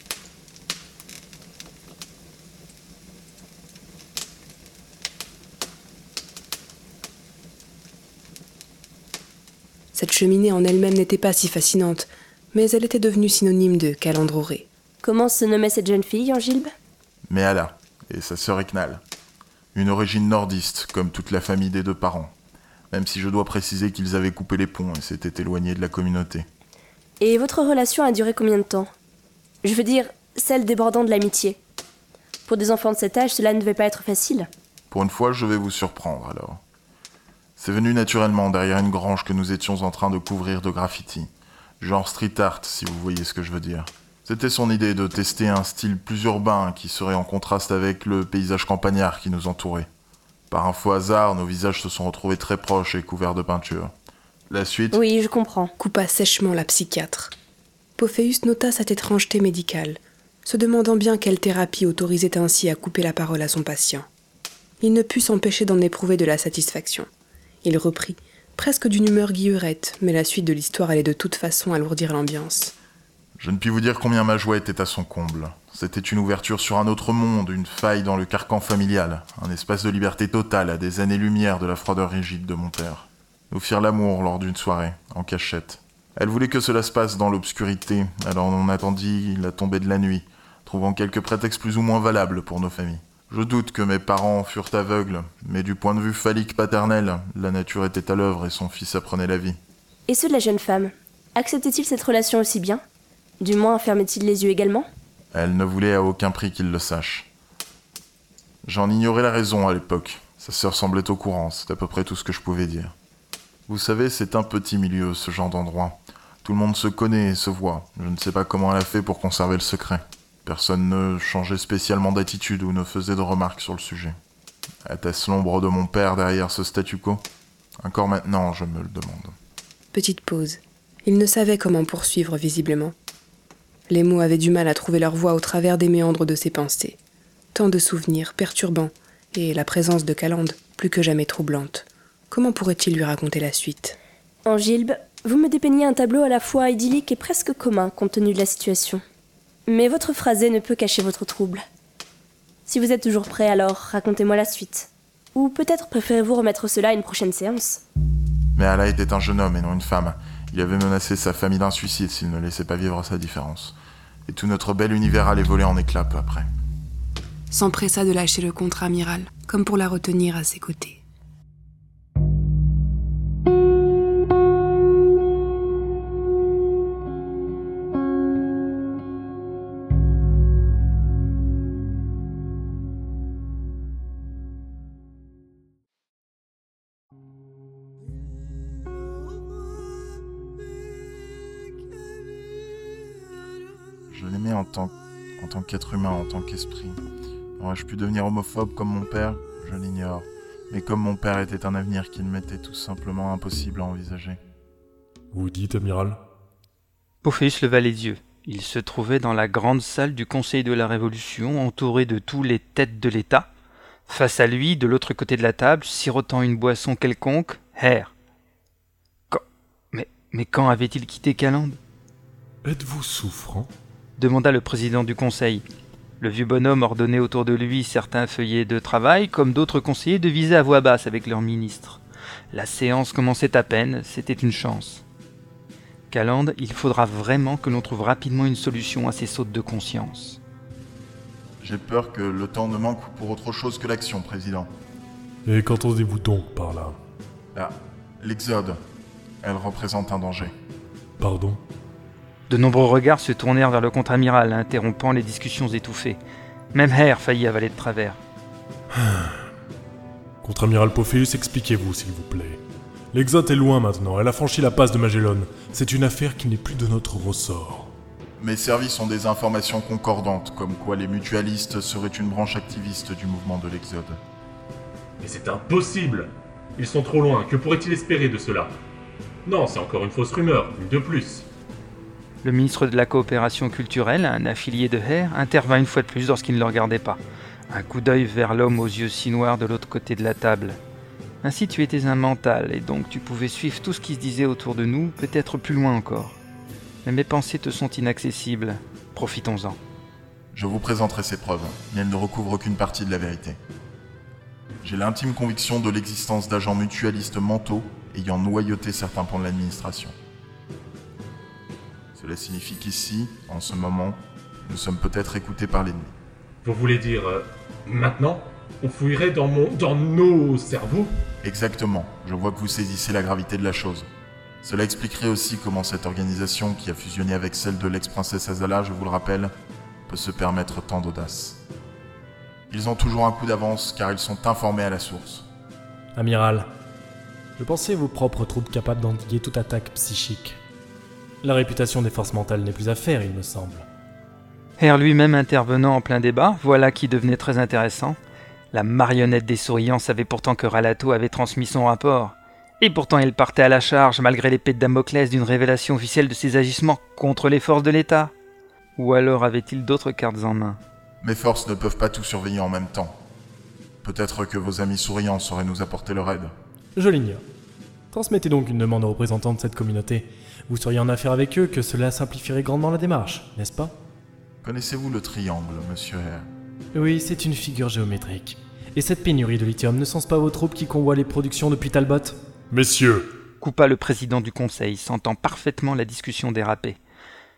Cette cheminée en elle-même n'était pas si fascinante, mais elle était devenue synonyme de calandrorée. Comment se nommait cette jeune fille, Angilbe ? Méala, et sa sœur Eknal. Une origine nordiste, comme toute la famille des deux parents. Même si je dois préciser qu'ils avaient coupé les ponts et s'étaient éloignés de la communauté. Et votre relation a duré combien de temps ? Je veux dire, celle débordant de l'amitié. Pour des enfants de cet âge, cela ne devait pas être facile. Pour une fois, je vais vous surprendre alors. C'est venu naturellement derrière une grange que nous étions en train de couvrir de graffiti. Genre street art, si vous voyez ce que je veux dire. C'était son idée de tester un style plus urbain qui serait en contraste avec le paysage campagnard qui nous entourait. Par un faux hasard, nos visages se sont retrouvés très proches et couverts de peinture. La suite... Oui, je comprends. Coupa sèchement la psychiatre. Pophéus nota cette étrangeté médicale, se demandant bien quelle thérapie autorisait ainsi à couper la parole à son patient. Il ne put s'empêcher d'en éprouver de la satisfaction. Il reprit, presque d'une humeur guillerette, mais la suite de l'histoire allait de toute façon alourdir l'ambiance. Je ne puis vous dire combien ma joie était à son comble. C'était une ouverture sur un autre monde, une faille dans le carcan familial, un espace de liberté totale à des années-lumière de la froideur rigide de mon père. Nous firent l'amour lors d'une soirée, en cachette. Elle voulait que cela se passe dans l'obscurité, alors on attendit la tombée de la nuit, trouvant quelques prétextes plus ou moins valables pour nos familles. Je doute que mes parents furent aveugles, mais du point de vue phallique paternel, la nature était à l'œuvre et son fils apprenait la vie. Et ceux de la jeune femme, acceptait-il cette relation aussi bien? Du moins, fermait-il les yeux également? Elle ne voulait à aucun prix qu'il le sache. J'en ignorais la raison à l'époque. Sa sœur semblait au courant, c'est à peu près tout ce que je pouvais dire. Vous savez, c'est un petit milieu, ce genre d'endroit. Tout le monde se connaît et se voit. Je ne sais pas comment elle a fait pour conserver le secret. Personne ne changeait spécialement d'attitude ou ne faisait de remarques sur le sujet. Était-ce l'ombre de mon père derrière ce statu quo? Encore maintenant, je me le demande. Petite pause. Il ne savait comment poursuivre visiblement. Les mots avaient du mal à trouver leur voie au travers des méandres de ses pensées. Tant de souvenirs perturbants, et la présence de Calande plus que jamais troublante. Comment pourrait-il lui raconter la suite? Angilbe, vous me dépeignez un tableau à la fois idyllique et presque commun compte tenu de la situation. Mais votre phrasé ne peut cacher votre trouble. Si vous êtes toujours prêt, alors racontez-moi la suite. Ou peut-être préférez-vous remettre cela à une prochaine séance? Mais Allah était un jeune homme et non une femme. Il avait menacé sa famille d'un suicide s'il ne laissait pas vivre sa différence. Et tout notre bel univers allait voler en éclats peu après. S'empressa de lâcher le contre-amiral, comme pour la retenir à ses côtés. Je l'aimais en tant, en tant qu'être humain, en tant qu'esprit. Aurais-je pu devenir homophobe comme mon père? Je l'ignore. Mais comme mon père était un avenir qu'il m'était tout simplement impossible à envisager. Vous dites, amiral? Pophéus leva les yeux. Il se trouvait dans la grande salle du Conseil de la Révolution, entouré de tous les têtes de l'État. Face à lui, de l'autre côté de la table, sirotant une boisson quelconque, Hare. Quand... Mais, mais quand avait-il quitté Calande? Êtes-vous souffrant? Demanda le président du Conseil. Le vieux bonhomme ordonnait autour de lui certains feuillets de travail, comme d'autres conseillers devisaient à voix basse avec leurs ministres. La séance commençait à peine, c'était une chance. Calande, il faudra vraiment que l'on trouve rapidement une solution à ces sautes de conscience. J'ai peur que le temps ne manque pour autre chose que l'action, président. Et qu'entendez-vous donc par là? Là, l'Exode. Elle représente un danger. Pardon? De nombreux regards se tournèrent vers le contre-amiral, interrompant les discussions étouffées. Même Hare faillit avaler de travers. Contre-amiral Pophéus, expliquez-vous, s'il vous plaît. L'Exode est loin maintenant, elle a franchi la passe de Magellan. C'est une affaire qui n'est plus de notre ressort. Mes services ont des informations concordantes, comme quoi les mutualistes seraient une branche activiste du mouvement de l'Exode. Mais c'est impossible! Ils sont trop loin, que pourrait-il espérer de cela? Non, c'est encore une fausse rumeur, une de plus. Le ministre de la Coopération culturelle, un affilié de Hare, intervint une fois de plus lorsqu'il ne le regardait pas. Un coup d'œil vers l'homme aux yeux si noirs de l'autre côté de la table. Ainsi tu étais un mental, et donc tu pouvais suivre tout ce qui se disait autour de nous, peut-être plus loin encore. Mais mes pensées te sont inaccessibles. Profitons-en. Je vous présenterai ces preuves, mais elles ne recouvrent aucune partie de la vérité. J'ai l'intime conviction de l'existence d'agents mutualistes mentaux ayant noyauté certains pans de l'administration. Cela signifie qu'ici, en ce moment, nous sommes peut-être écoutés par l'ennemi. Vous voulez dire, euh, maintenant, on fouillerait dans, mon, dans nos cerveaux? Exactement, je vois que vous saisissez la gravité de la chose. Cela expliquerait aussi comment cette organisation, qui a fusionné avec celle de l'ex-princesse Azala, je vous le rappelle, peut se permettre tant d'audace. Ils ont toujours un coup d'avance car ils sont informés à la source. Amiral, je pensais vos propres troupes capables d'endiguer toute attaque psychique. La réputation des forces mentales n'est plus à faire, il me semble. Hare lui-même intervenant en plein débat, voilà qui devenait très intéressant. La marionnette des souriants savait pourtant que Ralato avait transmis son rapport. Et pourtant il partait à la charge malgré l'épée de Damoclès d'une révélation officielle de ses agissements contre les forces de l'État. Ou alors avait-il d'autres cartes en main? Mes forces ne peuvent pas tout surveiller en même temps. Peut-être que vos amis souriants sauraient nous apporter leur aide. Je l'ignore. Transmettez donc une demande aux représentants de cette communauté. Vous seriez en affaire avec eux, que cela simplifierait grandement la démarche, n'est-ce pas? Connaissez-vous le triangle, monsieur Hare? Oui, c'est une figure géométrique. Et cette pénurie de lithium ne sens pas vos troupes qui convoient les productions depuis Talbot? Messieurs, coupa le président du conseil, sentant parfaitement la discussion déraper.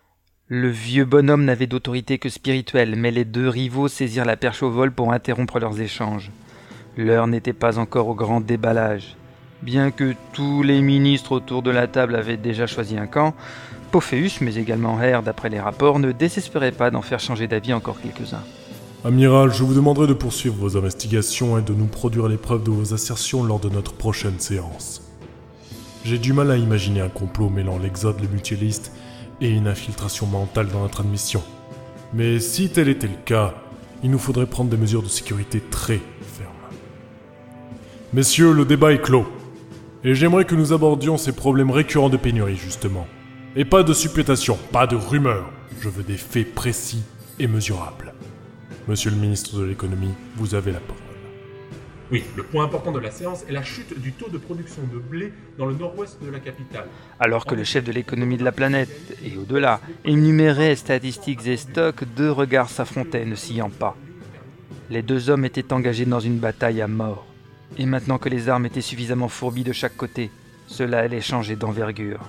Le vieux bonhomme n'avait d'autorité que spirituelle, mais les deux rivaux saisirent la perche au vol pour interrompre leurs échanges. L'heure n'était pas encore au grand déballage. Bien que tous les ministres autour de la table avaient déjà choisi un camp, Pophéus, mais également Hare, d'après les rapports, ne désespérait pas d'en faire changer d'avis encore quelques-uns. Amiral, je vous demanderai de poursuivre vos investigations et de nous produire les preuves de vos assertions lors de notre prochaine séance. J'ai du mal à imaginer un complot mêlant l'Exode, le mutualiste et une infiltration mentale dans notre admission. Mais si tel était le cas, il nous faudrait prendre des mesures de sécurité très fermes. Messieurs, le débat est clos. Et j'aimerais que nous abordions ces problèmes récurrents de pénurie, justement. Et pas de supputation, pas de rumeurs. Je veux des faits précis et mesurables. Monsieur le ministre de l'économie, vous avez la parole. Oui, le point important de la séance est la chute du taux de production de blé dans le nord-ouest de la capitale. Alors que le chef de l'économie de la planète, et au-delà, énumérait statistiques et stocks, deux regards s'affrontaient, ne sciant pas. Les deux hommes étaient engagés dans une bataille à mort. Et maintenant que les armes étaient suffisamment fourbies de chaque côté, cela allait changer d'envergure.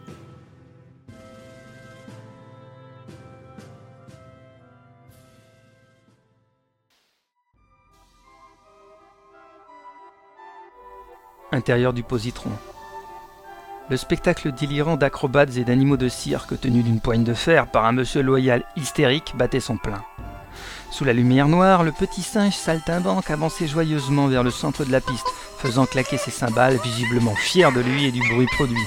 Intérieur du positron. Le spectacle délirant d'acrobates et d'animaux de cirque tenus d'une poigne de fer par un monsieur loyal hystérique battait son plein. Sous la lumière noire, le petit singe saltimbanque avançait joyeusement vers le centre de la piste, faisant claquer ses cymbales, visiblement fier de lui et du bruit produit.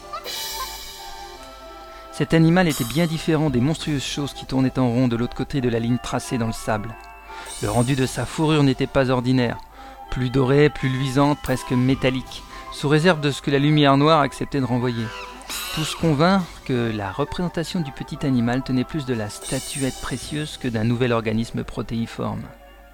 Cet animal était bien différent des monstrueuses choses qui tournaient en rond de l'autre côté de la ligne tracée dans le sable. Le rendu de sa fourrure n'était pas ordinaire. Plus dorée, plus luisante, presque métallique, sous réserve de ce que la lumière noire acceptait de renvoyer. Tous convinrent que la représentation du petit animal tenait plus de la statuette précieuse que d'un nouvel organisme protéiforme.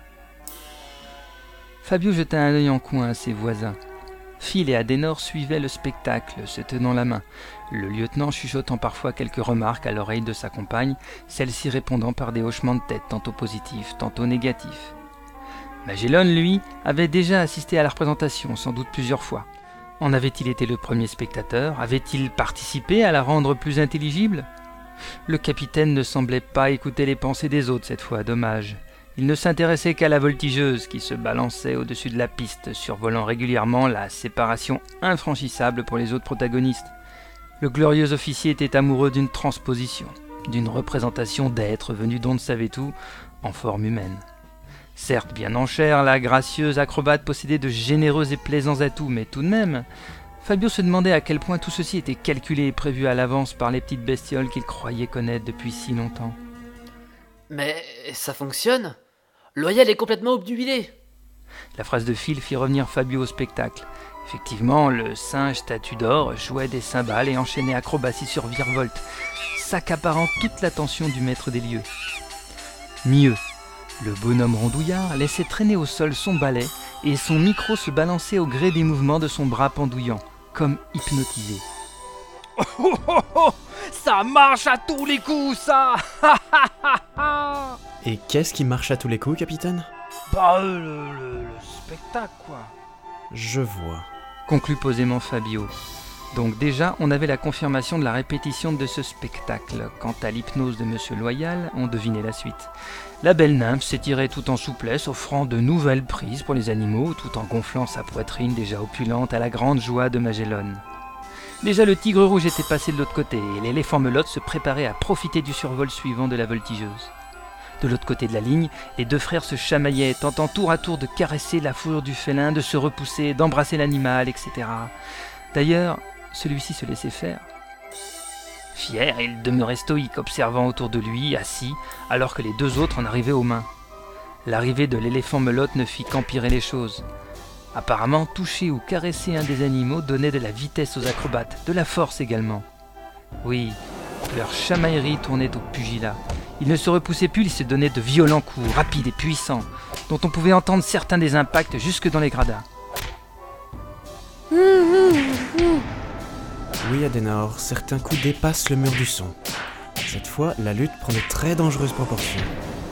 Fabio jeta un œil en coin à ses voisins. Phil et Adenor suivaient le spectacle, se tenant la main, le lieutenant chuchotant parfois quelques remarques à l'oreille de sa compagne, celle-ci répondant par des hochements de tête tantôt positifs, tantôt négatifs. Magellan, lui, avait déjà assisté à la représentation, sans doute plusieurs fois. En avait-il été le premier spectateur? Avait-il participé à la rendre plus intelligible? Le capitaine ne semblait pas écouter les pensées des autres cette fois, dommage. Il ne s'intéressait qu'à la voltigeuse qui se balançait au-dessus de la piste, survolant régulièrement la séparation infranchissable pour les autres protagonistes. Le glorieux officier était amoureux d'une transposition, d'une représentation d'êtres venus d'on ne savait où, en forme humaine. Certes bien en chair, la gracieuse acrobate possédait de généreux et plaisants atouts, mais tout de même, Fabio se demandait à quel point tout ceci était calculé et prévu à l'avance par les petites bestioles qu'il croyait connaître depuis si longtemps. Mais ça fonctionne? Loyal est complètement obnubilé. La phrase de Phil fit revenir Fabio au spectacle. Effectivement, le singe statue d'or jouait des cymbales et enchaînait acrobatie sur virevolte, s'accaparant toute l'attention du maître des lieux. Mieux, le bonhomme rondouillard laissait traîner au sol son balai et son micro se balançait au gré des mouvements de son bras pendouillant, comme hypnotisé. Oh, oh, oh, oh, ça marche à tous les coups, ça. Et qu'est-ce qui marche à tous les coups, capitaine? Bah, euh, le, le, le spectacle, quoi. Je vois. Conclut posément Fabio. Donc déjà, on avait la confirmation de la répétition de ce spectacle. Quant à l'hypnose de Monsieur Loyal, on devinait la suite. La belle nymphe s'étirait tout en souplesse, offrant de nouvelles prises pour les animaux, tout en gonflant sa poitrine déjà opulente à la grande joie de Magellan. Déjà le tigre rouge était passé de l'autre côté, et l'éléphant melotte se préparait à profiter du survol suivant de la voltigeuse. De l'autre côté de la ligne, les deux frères se chamaillaient, tentant tour à tour de caresser la fourrure du félin, de se repousser, d'embrasser l'animal, et cetera. D'ailleurs, celui-ci se laissait faire. Fier, il demeurait stoïque, observant autour de lui, assis, alors que les deux autres en arrivaient aux mains. L'arrivée de l'éléphant melotte ne fit qu'empirer les choses. Apparemment, toucher ou caresser un des animaux donnait de la vitesse aux acrobates, de la force également. Oui, leur chamaillerie tournait au pugilat. Ils ne se repoussaient plus, ils se donnaient de violents coups, rapides et puissants, dont on pouvait entendre certains des impacts jusque dans les gradins. Oui, Adenor, certains coups dépassent le mur du son. Cette fois, la lutte prend de très dangereuses proportions.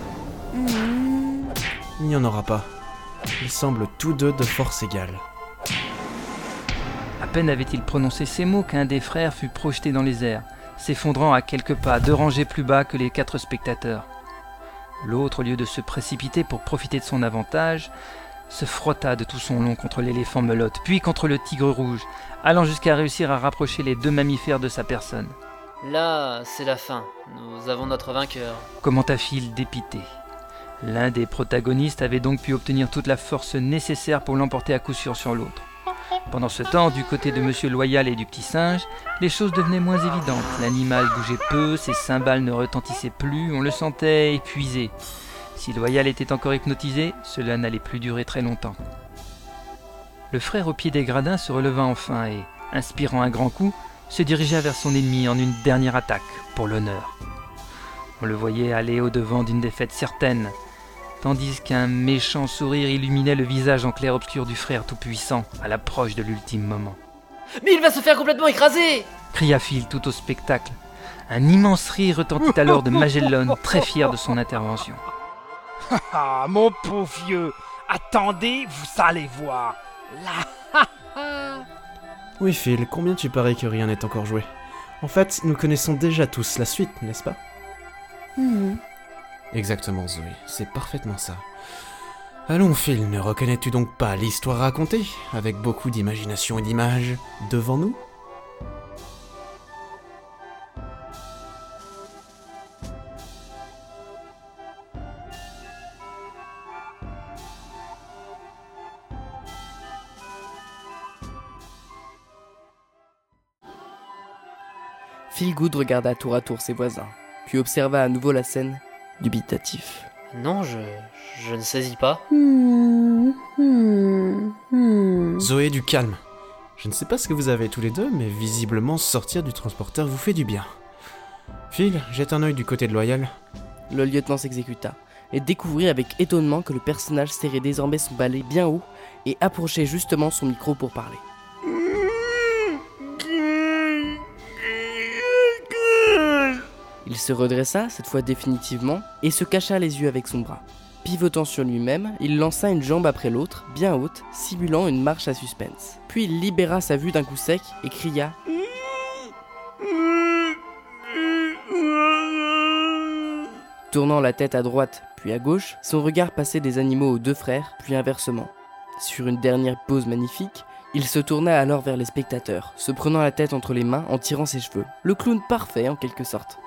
Il n'y en aura pas. Ils semblent tous deux de force égale. À peine avait-il prononcé ces mots qu'un des frères fut projeté dans les airs. s'effondrant à quelques pas, deux rangées plus bas que les quatre spectateurs. L'autre, au lieu de se précipiter pour profiter de son avantage, se frotta de tout son long contre l'éléphant melotte, puis contre le tigre rouge, allant jusqu'à réussir à rapprocher les deux mammifères de sa personne. Là, c'est la fin. Nous avons notre vainqueur. Commenta Phil dépité. L'un des protagonistes avait donc pu obtenir toute la force nécessaire pour l'emporter à coup sûr sur l'autre. Pendant ce temps, du côté de Monsieur Loyal et du petit singe, les choses devenaient moins évidentes. L'animal bougeait peu, ses cymbales ne retentissaient plus, on le sentait épuisé. Si Loyal était encore hypnotisé, cela n'allait plus durer très longtemps. Le frère au pied des gradins se releva enfin et, inspirant un grand coup, se dirigea vers son ennemi en une dernière attaque, pour l'honneur. On le voyait aller au-devant d'une défaite certaine, tandis qu'un méchant sourire illuminait le visage en clair-obscur du frère tout-puissant à l'approche de l'ultime moment. « Mais il va se faire complètement écraser !» cria Phil tout au spectacle. Un immense rire retentit alors de Magellan, très fier de son intervention. « Ah, mon pauvre vieux, attendez, vous allez voir. Là, Oui, Phil, combien tu paries que rien n'est encore joué? En fait, nous connaissons déjà tous la suite, n'est-ce pas? Hmm. Exactement, Zoé, c'est parfaitement ça. Allons, Phil, ne reconnais-tu donc pas l'histoire racontée, avec beaucoup d'imagination et d'images, devant nous? Feelgood regarda tour à tour ses voisins, puis observa à nouveau la scène, dubitatif. Non, je... je ne saisis pas. Hmm, hmm, hmm. Zoé, du calme. Je ne sais pas ce que vous avez tous les deux, mais visiblement sortir du transporteur vous fait du bien. Phil, jette un œil du côté de Loyal. Le lieutenant s'exécuta, et découvrit avec étonnement que le personnage serrait désormais son balai bien haut et approchait justement son micro pour parler. Il se redressa, cette fois définitivement, et se cacha les yeux avec son bras. Pivotant sur lui-même, il lança une jambe après l'autre, bien haute, simulant une marche à suspense. Puis il libéra sa vue d'un coup sec et cria « Tournant la tête à droite, puis à gauche, son regard passait des animaux aux deux frères, puis inversement. Sur une dernière pause magnifique, il se tourna alors vers les spectateurs, se prenant la tête entre les mains en tirant ses cheveux. Le clown parfait en quelque sorte.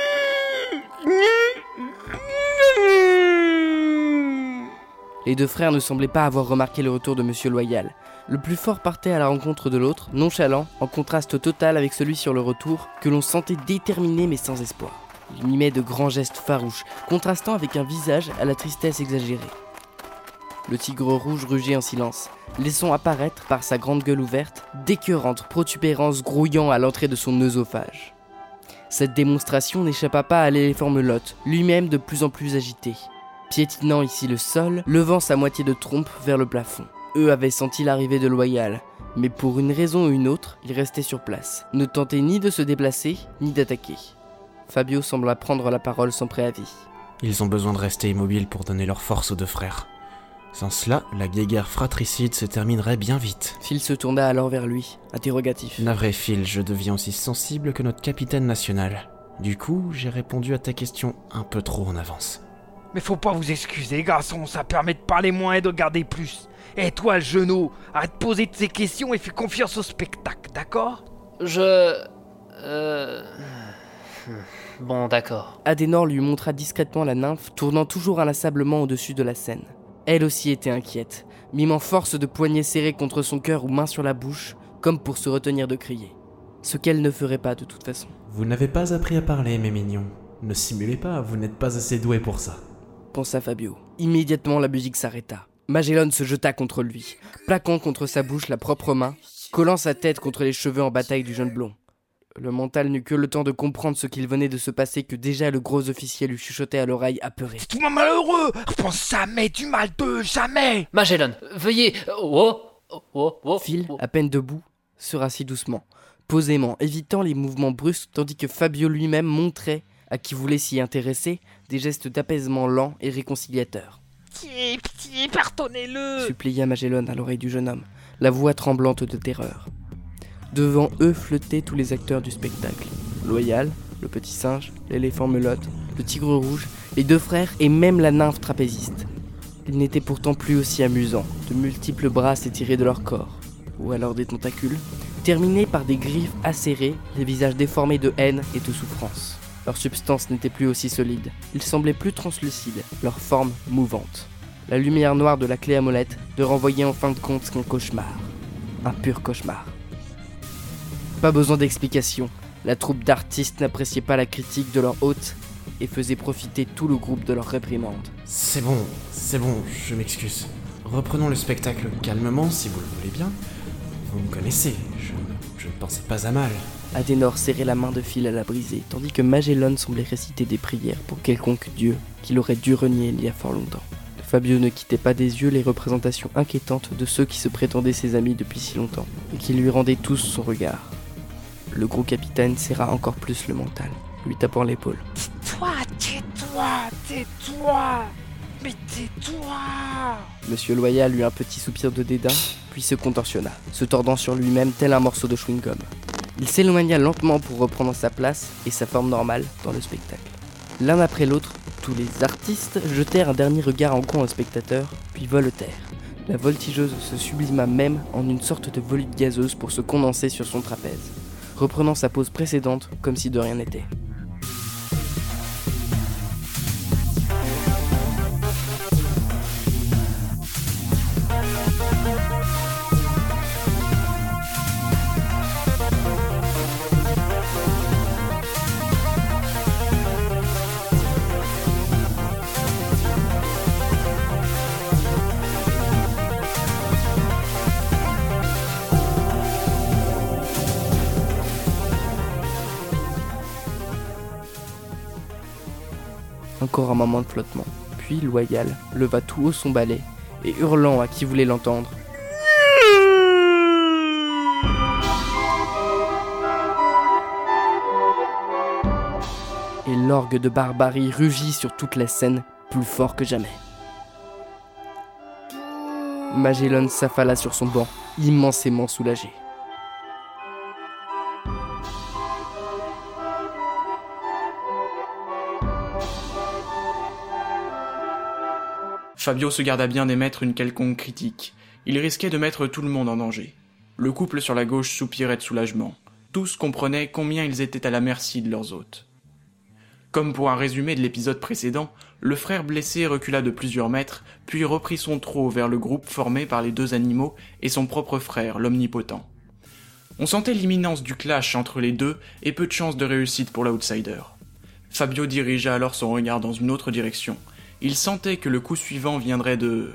Les deux frères ne semblaient pas avoir remarqué le retour de Monsieur Loyal. Le plus fort partait à la rencontre de l'autre, nonchalant, en contraste total avec celui sur le retour, que l'on sentait déterminé mais sans espoir. Il mimait de grands gestes farouches, contrastant avec un visage à la tristesse exagérée. Le tigre rouge rugit en silence, laissant apparaître, par sa grande gueule ouverte, d'écœurantes protubérances grouillant à l'entrée de son œsophage. Cette démonstration n'échappa pas à l'éléphant melotte, lui-même de plus en plus agité. Piétinant ici le sol, levant sa moitié de trompe vers le plafond. Eux avaient senti l'arrivée de Loyal, mais pour une raison ou une autre, ils restaient sur place, ne tentaient ni de se déplacer, ni d'attaquer. Fabio sembla prendre la parole sans préavis. Ils ont besoin de rester immobiles pour donner leur force aux deux frères. Sans cela, la guéguerre fratricide se terminerait bien vite. Phil se tourna alors vers lui, interrogatif. Navré Phil, je deviens aussi sensible que notre capitaine national. Du coup, j'ai répondu à ta question un peu trop en avance. Mais faut pas vous excuser, garçon, ça permet de parler moins et de garder plus. Et toi, le genou, arrête de poser de ces questions et fais confiance au spectacle, d'accord? Je... Euh... Bon, d'accord. Adenor lui montra discrètement la nymphe, tournant toujours inlassablement au-dessus de la scène. Elle aussi était inquiète, mimant force de poignets serrés contre son cœur ou main sur la bouche, comme pour se retenir de crier. Ce qu'elle ne ferait pas de toute façon. Vous n'avez pas appris à parler, mes mignons. Ne simulez pas, vous n'êtes pas assez doués pour ça. Pensa Fabio. Immédiatement, la musique s'arrêta. Magellan se jeta contre lui, plaquant contre sa bouche la propre main, collant sa tête contre les cheveux en bataille du jeune blond. Le mental n'eut que le temps de comprendre ce qu'il venait de se passer que déjà le gros officier lui chuchotait à l'oreille apeuré. C'est tout malheureux, repense jamais du mal de jamais. Magellan, veuillez... Oh, oh, oh, oh, Phil, oh. à peine debout, se rassit doucement, posément, évitant les mouvements brusques, tandis que Fabio lui-même montrait, à qui voulait s'y intéresser, des gestes d'apaisement lents et réconciliateurs. Pitié, pitié, pardonnez-le, supplia Magellan à l'oreille du jeune homme, la voix tremblante de terreur. Devant eux flottaient tous les acteurs du spectacle. Loyal, le petit singe, l'éléphant melotte, le tigre rouge, les deux frères et même la nymphe trapéziste. Ils n'étaient pourtant plus aussi amusants. De multiples bras s'étiraient de leur corps, ou alors des tentacules, terminés par des griffes acérées, les visages déformés de haine et de souffrance. Leur substance n'était plus aussi solide. Ils semblaient plus translucides, leur forme mouvante. La lumière noire de la clé à molette de renvoyer en fin de compte qu'un cauchemar. Un pur cauchemar. Pas besoin d'explication. La troupe d'artistes n'appréciait pas la critique de leur hôte et faisait profiter tout le groupe de leur réprimande. C'est bon, c'est bon, je m'excuse. Reprenons le spectacle calmement, si vous le voulez bien. Vous me connaissez, je, je ne pensais pas à mal. Adenor serrait la main de Phil à la briser, tandis que Magellan semblait réciter des prières pour quelconque dieu qu'il aurait dû renier il y a fort longtemps. Fabio ne quittait pas des yeux les représentations inquiétantes de ceux qui se prétendaient ses amis depuis si longtemps, et qui lui rendaient tous son regard. Le gros capitaine serra encore plus le mental, lui tapant l'épaule. Tais-toi, tais-toi, tais-toi, mais tais-toi. Monsieur Loyal eut un petit soupir de dédain, puis se contorsionna, se tordant sur lui-même tel un morceau de chewing-gum. Il s'éloigna lentement pour reprendre sa place et sa forme normale dans le spectacle. L'un après l'autre, tous les artistes jetèrent un dernier regard en coin au spectateur, puis voletaire. La voltigeuse se sublima même en une sorte de volute gazeuse pour se condenser sur son trapèze, reprenant sa pose précédente comme si de rien n'était. Encore un moment de flottement, puis Loyal leva tout haut son balai et hurlant à qui voulait l'entendre. Et l'orgue de barbarie rugit sur toute la scène, plus fort que jamais. Magellan s'affala sur son banc, immensément soulagé. Fabio se garda bien d'émettre une quelconque critique. Il risquait de mettre tout le monde en danger. Le couple sur la gauche soupirait de soulagement. Tous comprenaient combien ils étaient à la merci de leurs hôtes. Comme pour un résumé de l'épisode précédent, le frère blessé recula de plusieurs mètres, puis reprit son trot vers le groupe formé par les deux animaux et son propre frère, l'omnipotent. On sentait l'imminence du clash entre les deux et peu de chances de réussite pour l'outsider. Fabio dirigea alors son regard dans une autre direction. Il sentait que le coup suivant viendrait de...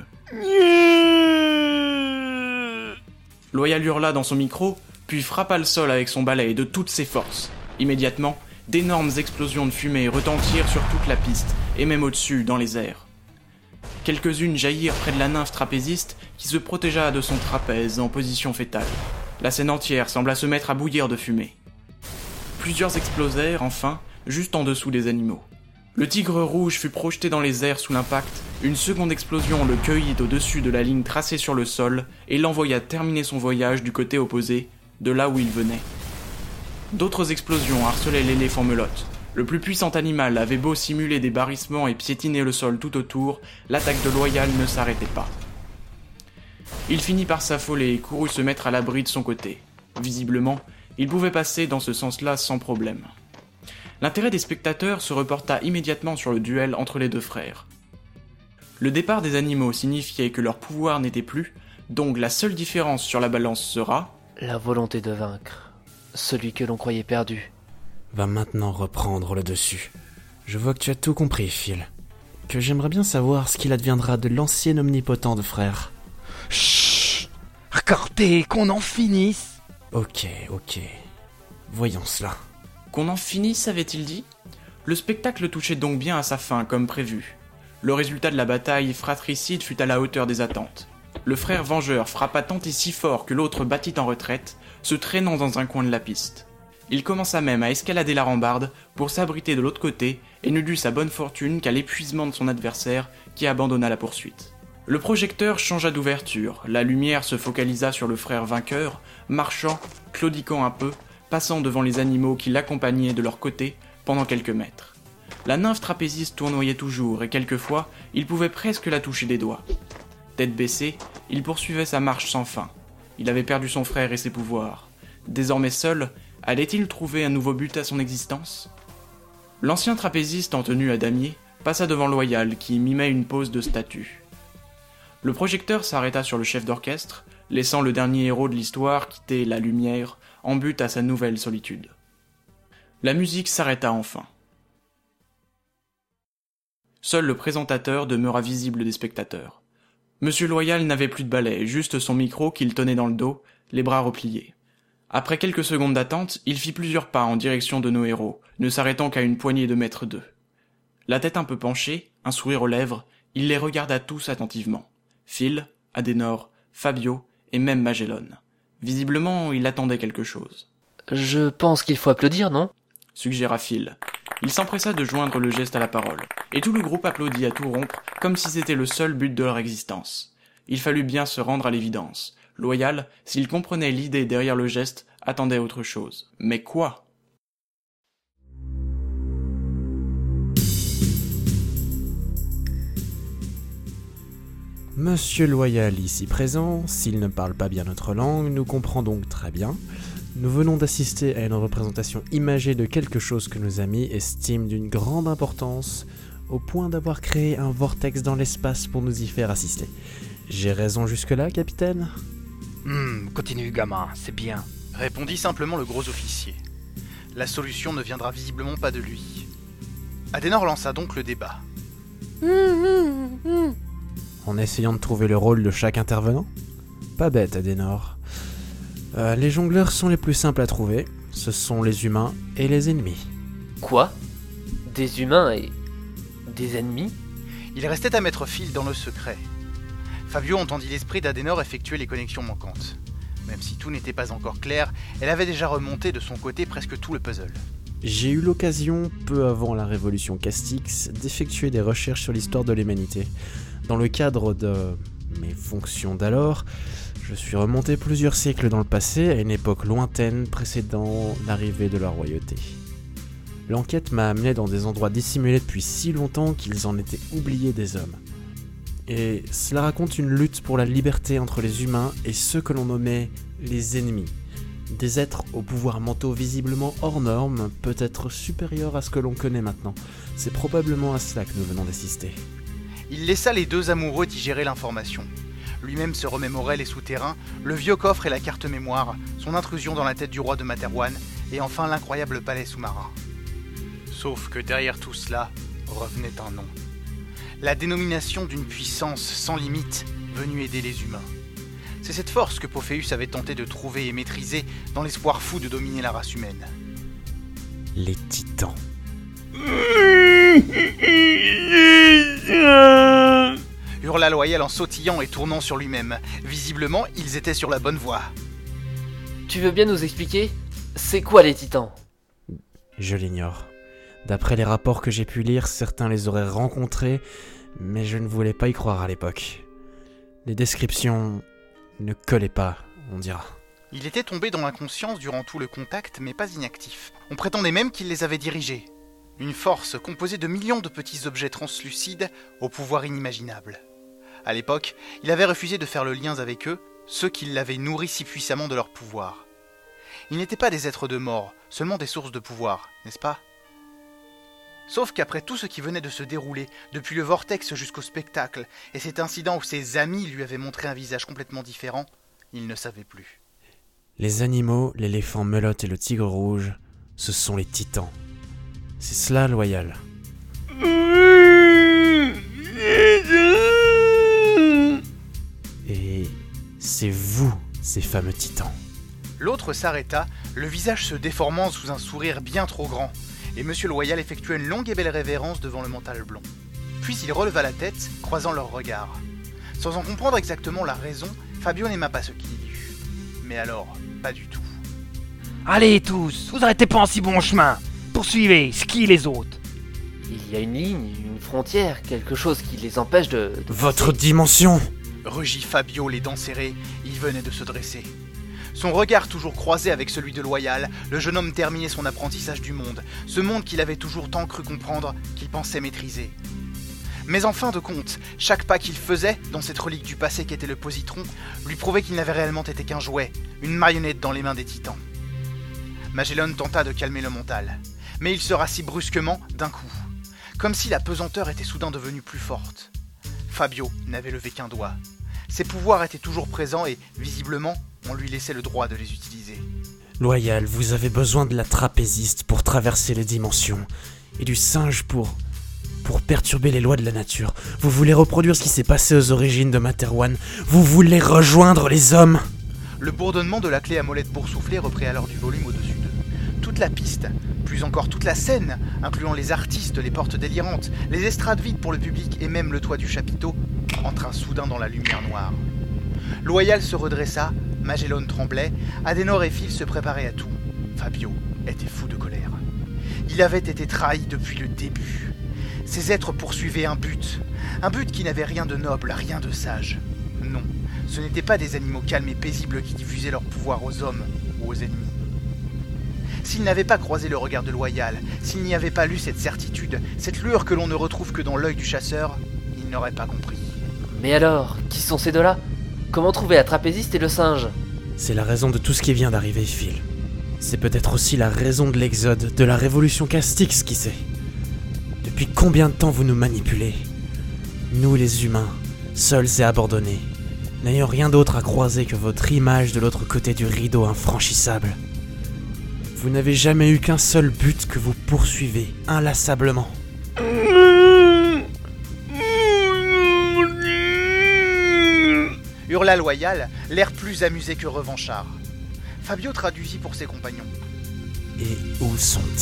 Loyal hurla dans son micro, puis frappa le sol avec son balai de toutes ses forces. Immédiatement, d'énormes explosions de fumée retentirent sur toute la piste, et même au-dessus, dans les airs. Quelques-unes jaillirent près de la nymphe trapéziste, qui se protégea de son trapèze en position fétale. La scène entière sembla se mettre à bouillir de fumée. Plusieurs explosèrent, enfin, juste en dessous des animaux. Le tigre rouge fut projeté dans les airs sous l'impact, une seconde explosion le cueillit au-dessus de la ligne tracée sur le sol et l'envoya terminer son voyage du côté opposé, de là où il venait. D'autres explosions harcelaient l'éléphant melotte. Le plus puissant animal avait beau simuler des barrissements et piétiner le sol tout autour, l'attaque de Loyal ne s'arrêtait pas. Il finit par s'affoler et courut se mettre à l'abri de son côté. Visiblement, il pouvait passer dans ce sens-là sans problème. L'intérêt des spectateurs se reporta immédiatement sur le duel entre les deux frères. Le départ des animaux signifiait que leur pouvoir n'était plus, donc la seule différence sur la balance sera... La volonté de vaincre. Celui que l'on croyait perdu. Va maintenant reprendre le dessus. Je vois que tu as tout compris, Phil. Que j'aimerais bien savoir ce qu'il adviendra de l'ancien omnipotent de frère. Chut! Accordez, qu'on en finisse. Ok, ok. Voyons cela. Qu'on en finisse, avait-il dit ? Le spectacle touchait donc bien à sa fin, comme prévu. Le résultat de la bataille fratricide fut à la hauteur des attentes. Le frère vengeur frappa tant et si fort que l'autre battit en retraite, se traînant dans un coin de la piste. Il commença même à escalader la rambarde pour s'abriter de l'autre côté et ne dut sa bonne fortune qu'à l'épuisement de son adversaire qui abandonna la poursuite. Le projecteur changea d'ouverture, la lumière se focalisa sur le frère vainqueur, marchant, claudiquant un peu, passant devant les animaux qui l'accompagnaient de leur côté pendant quelques mètres. La nymphe trapéziste tournoyait toujours et quelquefois, il pouvait presque la toucher des doigts. Tête baissée, il poursuivait sa marche sans fin. Il avait perdu son frère et ses pouvoirs. Désormais seul, allait-il trouver un nouveau but à son existence ? L'ancien trapéziste en tenue à damier passa devant Loyal qui mimait une pose de statue. Le projecteur s'arrêta sur le chef d'orchestre, laissant le dernier héros de l'histoire quitter la lumière en but à sa nouvelle solitude. La musique s'arrêta enfin. Seul le présentateur demeura visible des spectateurs. Monsieur Loyal n'avait plus de balai, juste son micro qu'il tenait dans le dos, les bras repliés. Après quelques secondes d'attente, il fit plusieurs pas en direction de nos héros, ne s'arrêtant qu'à une poignée de mètres d'eux. La tête un peu penchée, un sourire aux lèvres, il les regarda tous attentivement. Phil, Adenor, Fabio et même Magellan. Visiblement, il attendait quelque chose. « Je pense qu'il faut applaudir, non ?» suggéra Phil. Il s'empressa de joindre le geste à la parole, et tout le groupe applaudit à tout rompre, comme si c'était le seul but de leur existence. Il fallut bien se rendre à l'évidence. Loyal, s'il comprenait l'idée derrière le geste, attendait autre chose. Mais quoi ? Monsieur Loyal, ici présent, s'il ne parle pas bien notre langue, nous comprend donc très bien. Nous venons d'assister à une représentation imagée de quelque chose que nos amis estiment d'une grande importance, au point d'avoir créé un vortex dans l'espace pour nous y faire assister. J'ai raison jusque-là, capitaine ? Hum, continue, gamin, c'est bien. Répondit simplement le gros officier. La solution ne viendra visiblement pas de lui. Adenor lança donc le débat. En essayant de trouver le rôle de chaque intervenant ? Pas bête, Adenor. Euh, les jongleurs sont les plus simples à trouver. Ce sont les humains et les ennemis. Quoi ? Des humains et... des ennemis ? Il restait à mettre Phil dans le secret. Fabio entendit l'esprit d'Adenor effectuer les connexions manquantes. Même si tout n'était pas encore clair, elle avait déjà remonté de son côté presque tout le puzzle. J'ai eu l'occasion, peu avant la révolution Castix, d'effectuer des recherches sur l'histoire de l'humanité. Dans le cadre de mes fonctions d'alors, je suis remonté plusieurs siècles dans le passé, à une époque lointaine précédant l'arrivée de la royauté. L'enquête m'a amené dans des endroits dissimulés depuis si longtemps qu'ils en étaient oubliés des hommes. Et cela raconte une lutte pour la liberté entre les humains et ceux que l'on nommait les ennemis. Des êtres aux pouvoirs mentaux visiblement hors normes, peut-être supérieurs à ce que l'on connaît maintenant. C'est probablement à cela que nous venons d'assister. Il laissa les deux amoureux digérer l'information. Lui-même se remémorait les souterrains, le vieux coffre et la carte mémoire, son intrusion dans la tête du roi de Materwan, et enfin l'incroyable palais sous-marin. Sauf que derrière tout cela revenait un nom. La dénomination d'une puissance sans limite venue aider les humains. C'est cette force que Pophéus avait tenté de trouver et maîtriser dans l'espoir fou de dominer la race humaine. Les titans. Hurla Loyal en sautillant et tournant sur lui-même. Visiblement, ils étaient sur la bonne voie. Tu veux bien nous expliquer ? C'est quoi les titans ? Je l'ignore. D'après les rapports que j'ai pu lire, certains les auraient rencontrés, mais je ne voulais pas y croire à l'époque. Les descriptions ne collaient pas, on dira. Il était tombé dans l'inconscience durant tout le contact, mais pas inactif. On prétendait même qu'il les avait dirigés. Une force composée de millions de petits objets translucides au pouvoir inimaginable. À l'époque, il avait refusé de faire le lien avec eux, ceux qui l'avaient nourri si puissamment de leur pouvoir. Ils n'étaient pas des êtres de mort, seulement des sources de pouvoir, n'est-ce pas ? Sauf qu'après tout ce qui venait de se dérouler, depuis le vortex jusqu'au spectacle, et cet incident où ses amis lui avaient montré un visage complètement différent, il ne savait plus. Les animaux, l'éléphant melotte et le tigre rouge, ce sont les titans. C'est cela, Loyal. Et c'est vous, ces fameux titans. L'autre s'arrêta, le visage se déformant sous un sourire bien trop grand, et Monsieur Loyal effectua une longue et belle révérence devant le mental blond. Puis il releva la tête, croisant leurs regards. Sans en comprendre exactement la raison, Fabio n'aima pas ce qu'il y eut. Mais alors, pas du tout. Allez tous, vous arrêtez pas en si bon chemin. Poursuivez, ski les autres. Il y a une ligne, une frontière, quelque chose qui les empêche de... de Votre dimension ! Rugit Fabio, les dents serrées, il venait de se dresser. Son regard toujours croisé avec celui de Loyal, le jeune homme terminait son apprentissage du monde, ce monde qu'il avait toujours tant cru comprendre, qu'il pensait maîtriser. Mais en fin de compte, chaque pas qu'il faisait dans cette relique du passé qu'était le positron lui prouvait qu'il n'avait réellement été qu'un jouet, une marionnette dans les mains des titans. Magellan tenta de calmer le mental, mais il se rassit brusquement d'un coup, comme si la pesanteur était soudain devenue plus forte. Fabio n'avait levé qu'un doigt. Ses pouvoirs étaient toujours présents et, visiblement, on lui laissait le droit de les utiliser. Loyal, vous avez besoin de la trapéziste pour traverser les dimensions, et du singe pour... pour perturber les lois de la nature. Vous voulez reproduire ce qui s'est passé aux origines de Materwan. Vous voulez rejoindre les hommes. Le bourdonnement de la clé à molette boursouflée reprit alors du volume au-dessus d'eux. Toute la piste, plus encore toute la scène, incluant les artistes, les portes délirantes, les estrades vides pour le public et même le toit du chapiteau, entra soudain dans la lumière noire. Loyal se redressa, Magellan tremblait, Adenor et Phil se préparaient à tout. Fabio était fou de colère. Il avait été trahi depuis le début. Ces êtres poursuivaient un but, un but qui n'avait rien de noble, rien de sage. Non, ce n'étaient pas des animaux calmes et paisibles qui diffusaient leur pouvoir aux hommes ou aux ennemis. S'il n'avait pas croisé le regard de Loyal, s'il n'y avait pas lu cette certitude, cette lueur que l'on ne retrouve que dans l'œil du chasseur, il n'aurait pas compris. Mais alors, qui sont ces deux-là? Comment trouver la trapéziste et le singe? C'est la raison de tout ce qui vient d'arriver, Phil. C'est peut-être aussi la raison de l'exode, de la révolution Castix, qui sait. Depuis combien de temps vous nous manipulez? Nous les humains, seuls et abandonnés, n'ayant rien d'autre à croiser que votre image de l'autre côté du rideau infranchissable. Vous n'avez jamais eu qu'un seul but que vous poursuivez inlassablement. Hurla Loyal, l'air plus amusé que revanchard. Fabio traduisit pour ses compagnons. Et où sont-ils ?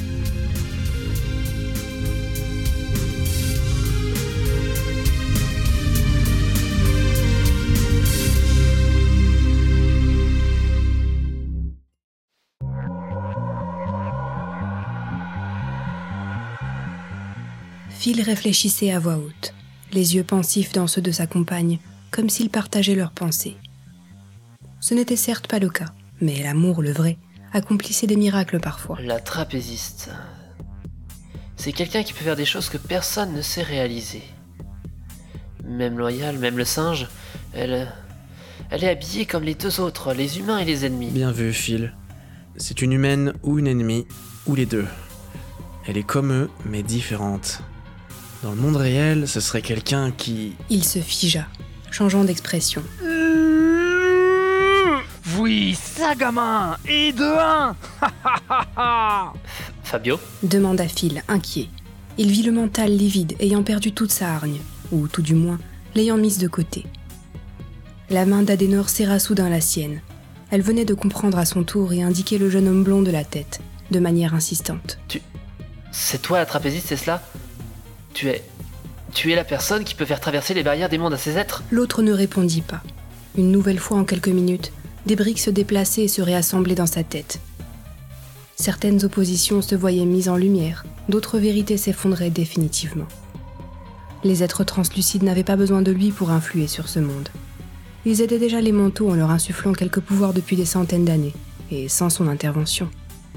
Phil réfléchissait à voix haute, les yeux pensifs dans ceux de sa compagne, comme s'ils partageaient leurs pensées. Ce n'était certes pas le cas, mais l'amour, le vrai, accomplissait des miracles parfois. La trapéziste. C'est quelqu'un qui peut faire des choses que personne ne sait réaliser. Même Loyal, même le singe, elle... Elle est habillée comme les deux autres, les humains et les ennemis. Bien vu, Phil. C'est une humaine ou une ennemie, ou les deux. Elle est comme eux, mais différente. Dans le monde réel, ce serait quelqu'un qui... Il se figea, changeant d'expression. Oui, ça gamin, et de un. Fabio demanda Phil, inquiet. Il vit le mental livide, ayant perdu toute sa hargne, ou tout du moins, l'ayant mise de côté. La main d'Adenor serra soudain la sienne. Elle venait de comprendre à son tour et indiquait le jeune homme blond de la tête, de manière insistante. Tu... C'est toi la trapéziste, c'est cela ? Tu es... Tu es la personne qui peut faire traverser les barrières des mondes à ces êtres ? L'autre ne répondit pas. Une nouvelle fois en quelques minutes, des briques se déplaçaient et se réassemblaient dans sa tête. Certaines oppositions se voyaient mises en lumière, d'autres vérités s'effondraient définitivement. Les êtres translucides n'avaient pas besoin de lui pour influer sur ce monde. Ils aidaient déjà les manteaux en leur insufflant quelques pouvoirs depuis des centaines d'années, et sans son intervention.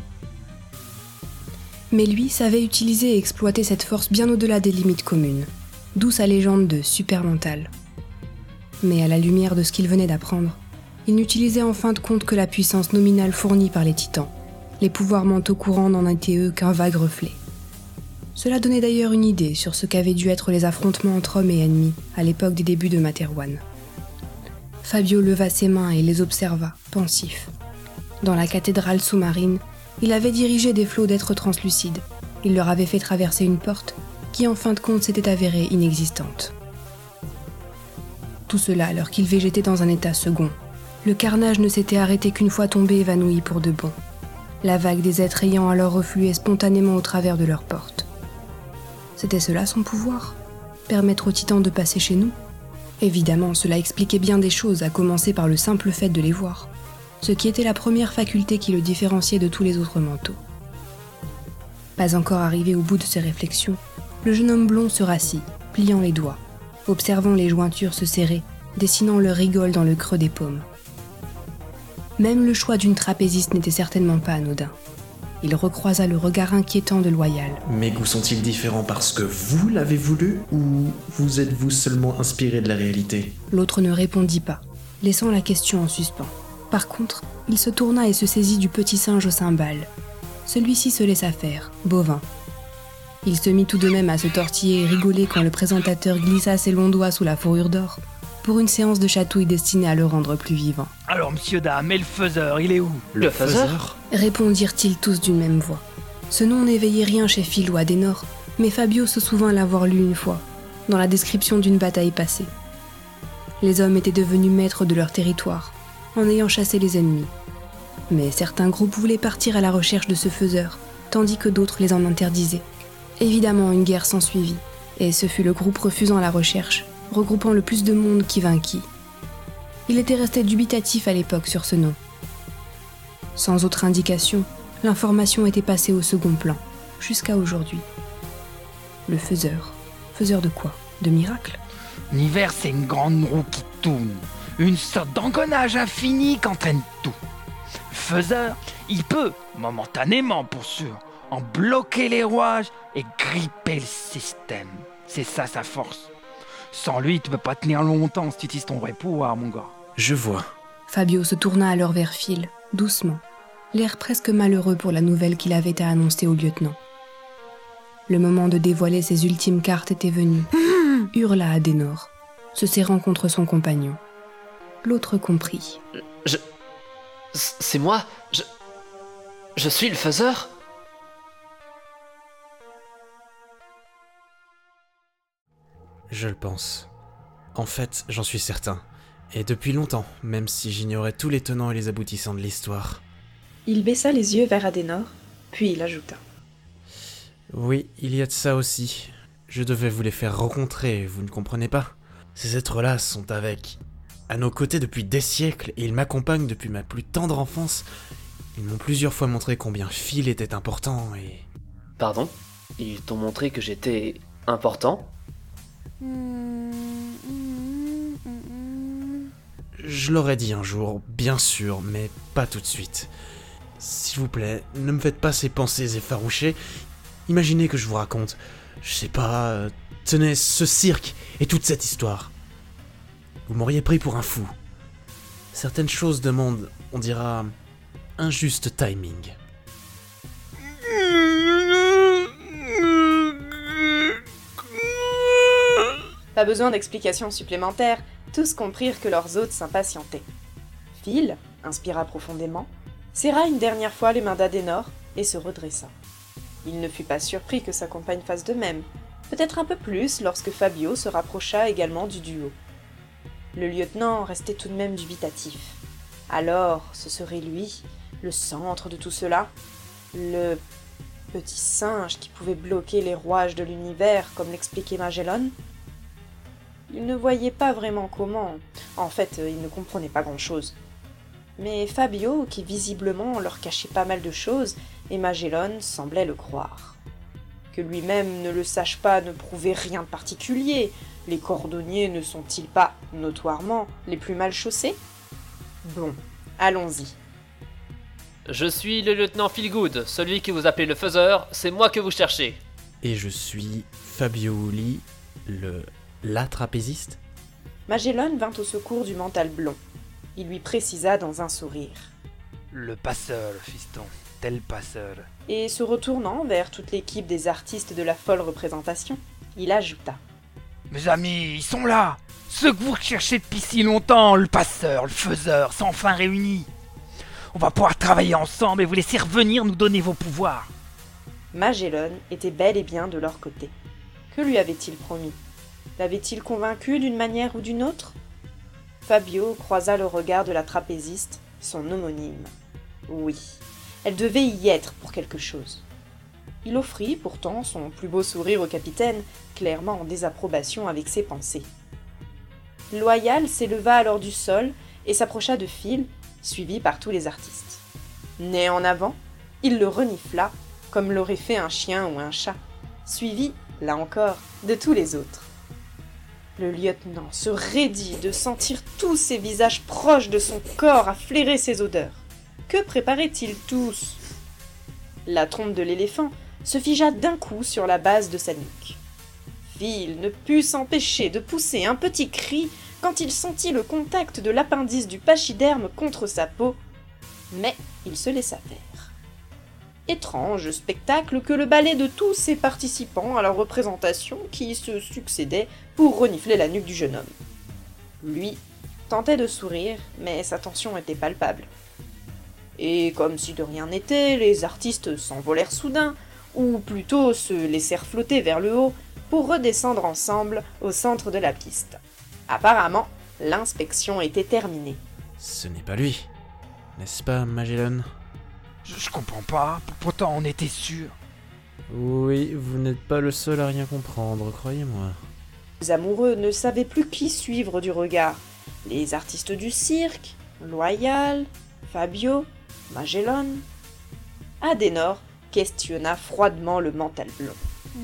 Mais lui savait utiliser et exploiter cette force bien au-delà des limites communes, d'où sa légende de super-mental. Mais à la lumière de ce qu'il venait d'apprendre, il n'utilisait en fin de compte que la puissance nominale fournie par les titans. Les pouvoirs mentaux courants n'en étaient eux qu'un vague reflet. Cela donnait d'ailleurs une idée sur ce qu'avaient dû être les affrontements entre hommes et ennemis à l'époque des débuts de Materwan. Fabio leva ses mains et les observa, pensif. Dans la cathédrale sous-marine, il avait dirigé des flots d'êtres translucides. Il leur avait fait traverser une porte qui, en fin de compte, s'était avérée inexistante. Tout cela alors qu'ils végétaient dans un état second. Le carnage ne s'était arrêté qu'une fois tombé évanoui pour de bon. La vague des êtres ayant alors reflué spontanément au travers de leurs portes. C'était cela son pouvoir ? Permettre aux titans de passer chez nous ? Évidemment, cela expliquait bien des choses, à commencer par le simple fait de les voir, ce qui était la première faculté qui le différenciait de tous les autres manteaux. Pas encore arrivé au bout de ses réflexions, le jeune homme blond se rassit, pliant les doigts, observant les jointures se serrer, dessinant leur rigole dans le creux des paumes. Même le choix d'une trapéziste n'était certainement pas anodin. Il recroisa le regard inquiétant de Loyal. Mes goûts sont-ils différents parce que vous l'avez voulu ou vous êtes-vous seulement inspiré de la réalité ? L'autre ne répondit pas, laissant la question en suspens. Par contre, il se tourna et se saisit du petit singe aux cymbales. Celui-ci se laissa faire, bovin. Il se mit tout de même à se tortiller et rigoler quand le présentateur glissa ses longs doigts sous la fourrure d'or, pour une séance de chatouille destinée à le rendre plus vivant. Alors, monsieur dame, et le faiseur, il est où ? Le faiseur ? Répondirent-ils tous d'une même voix. Ce nom n'éveillait rien chez Phil ou Adenor, mais Fabio se souvint l'avoir lu une fois, dans la description d'une bataille passée. Les hommes étaient devenus maîtres de leur territoire, en ayant chassé les ennemis. Mais certains groupes voulaient partir à la recherche de ce faiseur, tandis que d'autres les en interdisaient. Évidemment, une guerre s'ensuivit, et ce fut le groupe refusant la recherche, regroupant le plus de monde qui vainquit. Il était resté dubitatif à l'époque sur ce nom. Sans autre indication, l'information était passée au second plan, jusqu'à aujourd'hui. Le faiseur. Faiseur de quoi ? De miracles ? L'univers, c'est une grande roue qui tourne. Une sorte d'engrenage infini qu'entraîne tout. Le faiseur, il peut, momentanément pour sûr, en bloquer les rouages et gripper le système. C'est ça sa force. Sans lui, tu peux pas tenir longtemps si tu utilises ton vrai pouvoir, mon gars. Je vois. Fabio se tourna alors vers Phil, doucement, l'air presque malheureux pour la nouvelle qu'il avait à annoncer au lieutenant. Le moment de dévoiler ses ultimes cartes était venu. Hurla Adenor, se serrant contre son compagnon. L'autre comprit. Je... C'est moi ? Je... Je suis le faiseur ? Je le pense. En fait, j'en suis certain. Et depuis longtemps, même si j'ignorais tous les tenants et les aboutissants de l'histoire. Il baissa les yeux vers Adenor, puis il ajouta. Oui, il y a de ça aussi. Je devais vous les faire rencontrer, vous ne comprenez pas ? Ces êtres-là sont avec... à nos côtés depuis des siècles, et ils m'accompagnent depuis ma plus tendre enfance. Ils m'ont plusieurs fois montré combien Phil était important, et... Pardon ? Ils t'ont montré que j'étais... important ? Je l'aurais dit un jour, bien sûr, mais pas tout de suite. S'il vous plaît, ne me faites pas ces pensées effarouchées. Imaginez que je vous raconte, je sais pas, euh, tenez, ce cirque et toute cette histoire. Vous m'auriez pris pour un fou. Certaines choses demandent, on dira, un juste timing. Pas besoin d'explications supplémentaires, tous comprirent que leurs hôtes s'impatientaient. Phil inspira profondément, serra une dernière fois les mains d'Adenor et se redressa. Il ne fut pas surpris que sa compagne fasse de même, peut-être un peu plus lorsque Fabio se rapprocha également du duo. Le lieutenant restait tout de même dubitatif. Alors, ce serait lui, le centre de tout cela, le petit singe qui pouvait bloquer les rouages de l'univers, comme l'expliquait Magellan ? Il ne voyait pas vraiment comment. En fait, il ne comprenait pas grand-chose. Mais Fabio, qui visiblement leur cachait pas mal de choses, et Magellan semblait le croire. Que lui-même ne le sache pas ne prouvait rien de particulier. Les cordonniers ne sont-ils pas, notoirement, les plus mal chaussés ? Bon, allons-y. Je suis le lieutenant Feelgood, celui que vous appelez le faiseur, c'est moi que vous cherchez. Et je suis Fabio Uli, le... la trapéziste ? Magellan vint au secours du mental blond. Il lui précisa dans un sourire. Le passeur, fiston, tel passeur. Et se retournant vers toute l'équipe des artistes de la folle représentation, il ajouta. Mes amis, ils sont là. Ceux que vous recherchez depuis si longtemps, le passeur, le faiseur, sont enfin réunis. On va pouvoir travailler ensemble et vous laisser revenir nous donner vos pouvoirs. Magellan était bel et bien de leur côté. Que lui avait-il promis ? L'avait-il convaincu d'une manière ou d'une autre ? Fabio croisa le regard de la trapéziste, son homonyme. Oui, elle devait y être pour quelque chose. Il offrit pourtant son plus beau sourire au capitaine, clairement en désapprobation avec ses pensées. Loyal s'éleva alors du sol et s'approcha de Phil, suivi par tous les artistes. Nez en avant, il le renifla, comme l'aurait fait un chien ou un chat, suivi, là encore, de tous les autres. Le lieutenant se raidit de sentir tous ces visages proches de son corps à flairer ses odeurs. Que préparaient-ils tous? La trompe de l'éléphant se figea d'un coup sur la base de sa nuque. Phil ne put s'empêcher de pousser un petit cri quand il sentit le contact de l'appendice du pachyderme contre sa peau, mais il se laissa faire. Étrange spectacle que le balai de tous ces participants à la représentation qui se succédaient pour renifler la nuque du jeune homme. Lui tentait de sourire, mais sa tension était palpable. Et comme si de rien n'était, les artistes s'envolèrent soudain, ou plutôt se laissèrent flotter vers le haut pour redescendre ensemble au centre de la piste. Apparemment, l'inspection était terminée. Ce n'est pas lui, n'est-ce pas, Magellan? Je, je comprends pas, pourtant on était sûr. Oui, vous n'êtes pas le seul à rien comprendre, croyez-moi. Les amoureux ne savaient plus qui suivre du regard. Les artistes du cirque, Loyal, Fabio, Magellan. Adenor questionna froidement le mental blond.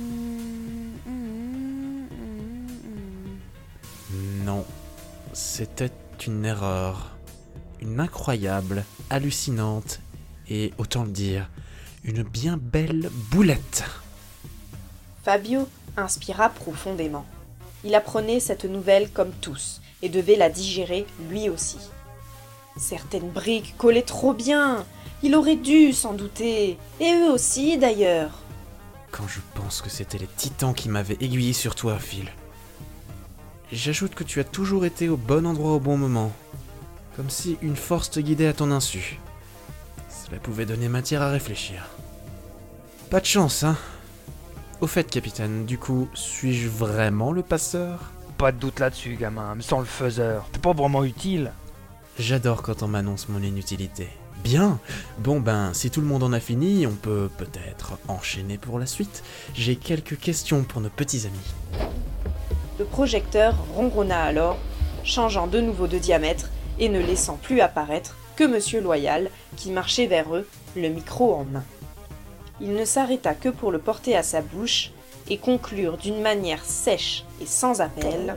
Non, c'était une erreur. Une incroyable, hallucinante et, autant le dire, une bien belle boulette. Fabio inspira profondément. Il apprenait cette nouvelle comme tous et devait la digérer lui aussi. Certaines briques collaient trop bien. Il aurait dû s'en douter, et eux aussi d'ailleurs. Quand je pense que c'était les titans qui m'avaient aiguillé sur toi, Phil. J'ajoute que tu as toujours été au bon endroit au bon moment, comme si une force te guidait à ton insu. Cela pouvait donner matière à réfléchir. Pas de chance, hein? Au fait, capitaine, du coup, suis-je vraiment le passeur? Pas de doute là-dessus, gamin, mais sans le faiseur, t'es pas vraiment utile. J'adore quand on m'annonce mon inutilité. Bien, bon ben, si tout le monde en a fini, on peut peut-être enchaîner pour la suite. J'ai quelques questions pour nos petits amis. Le projecteur ronronna alors, changeant de nouveau de diamètre et ne laissant plus apparaître que Monsieur Loyal, qui marchait vers eux, le micro en main. Il ne s'arrêta que pour le porter à sa bouche et conclure d'une manière sèche et sans appel.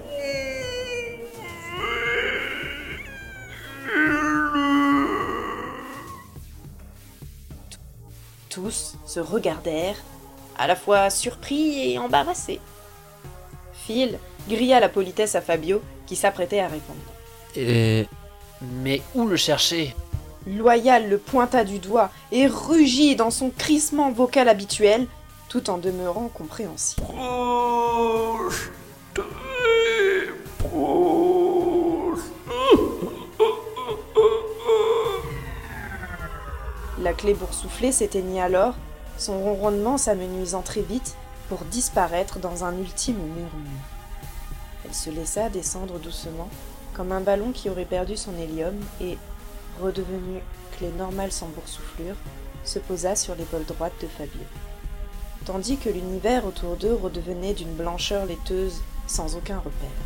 Tous se regardèrent, à la fois surpris et embarrassés. Phil grilla la politesse à Fabio, qui s'apprêtait à répondre. Et... Mais où le chercher? Loyal le pointa du doigt et rugit dans son crissement vocal habituel, tout en demeurant compréhensif. Proche, très proche. La clé boursouflée s'éteignit alors, son ronronnement s'amenuisant très vite pour disparaître dans un ultime murmure. Elle se laissa descendre doucement, comme un ballon qui aurait perdu son hélium et, redevenu clé normale sans boursouflure, se posa sur l'épaule droite de Fabio. Tandis que l'univers autour d'eux redevenait d'une blancheur laiteuse sans aucun repère.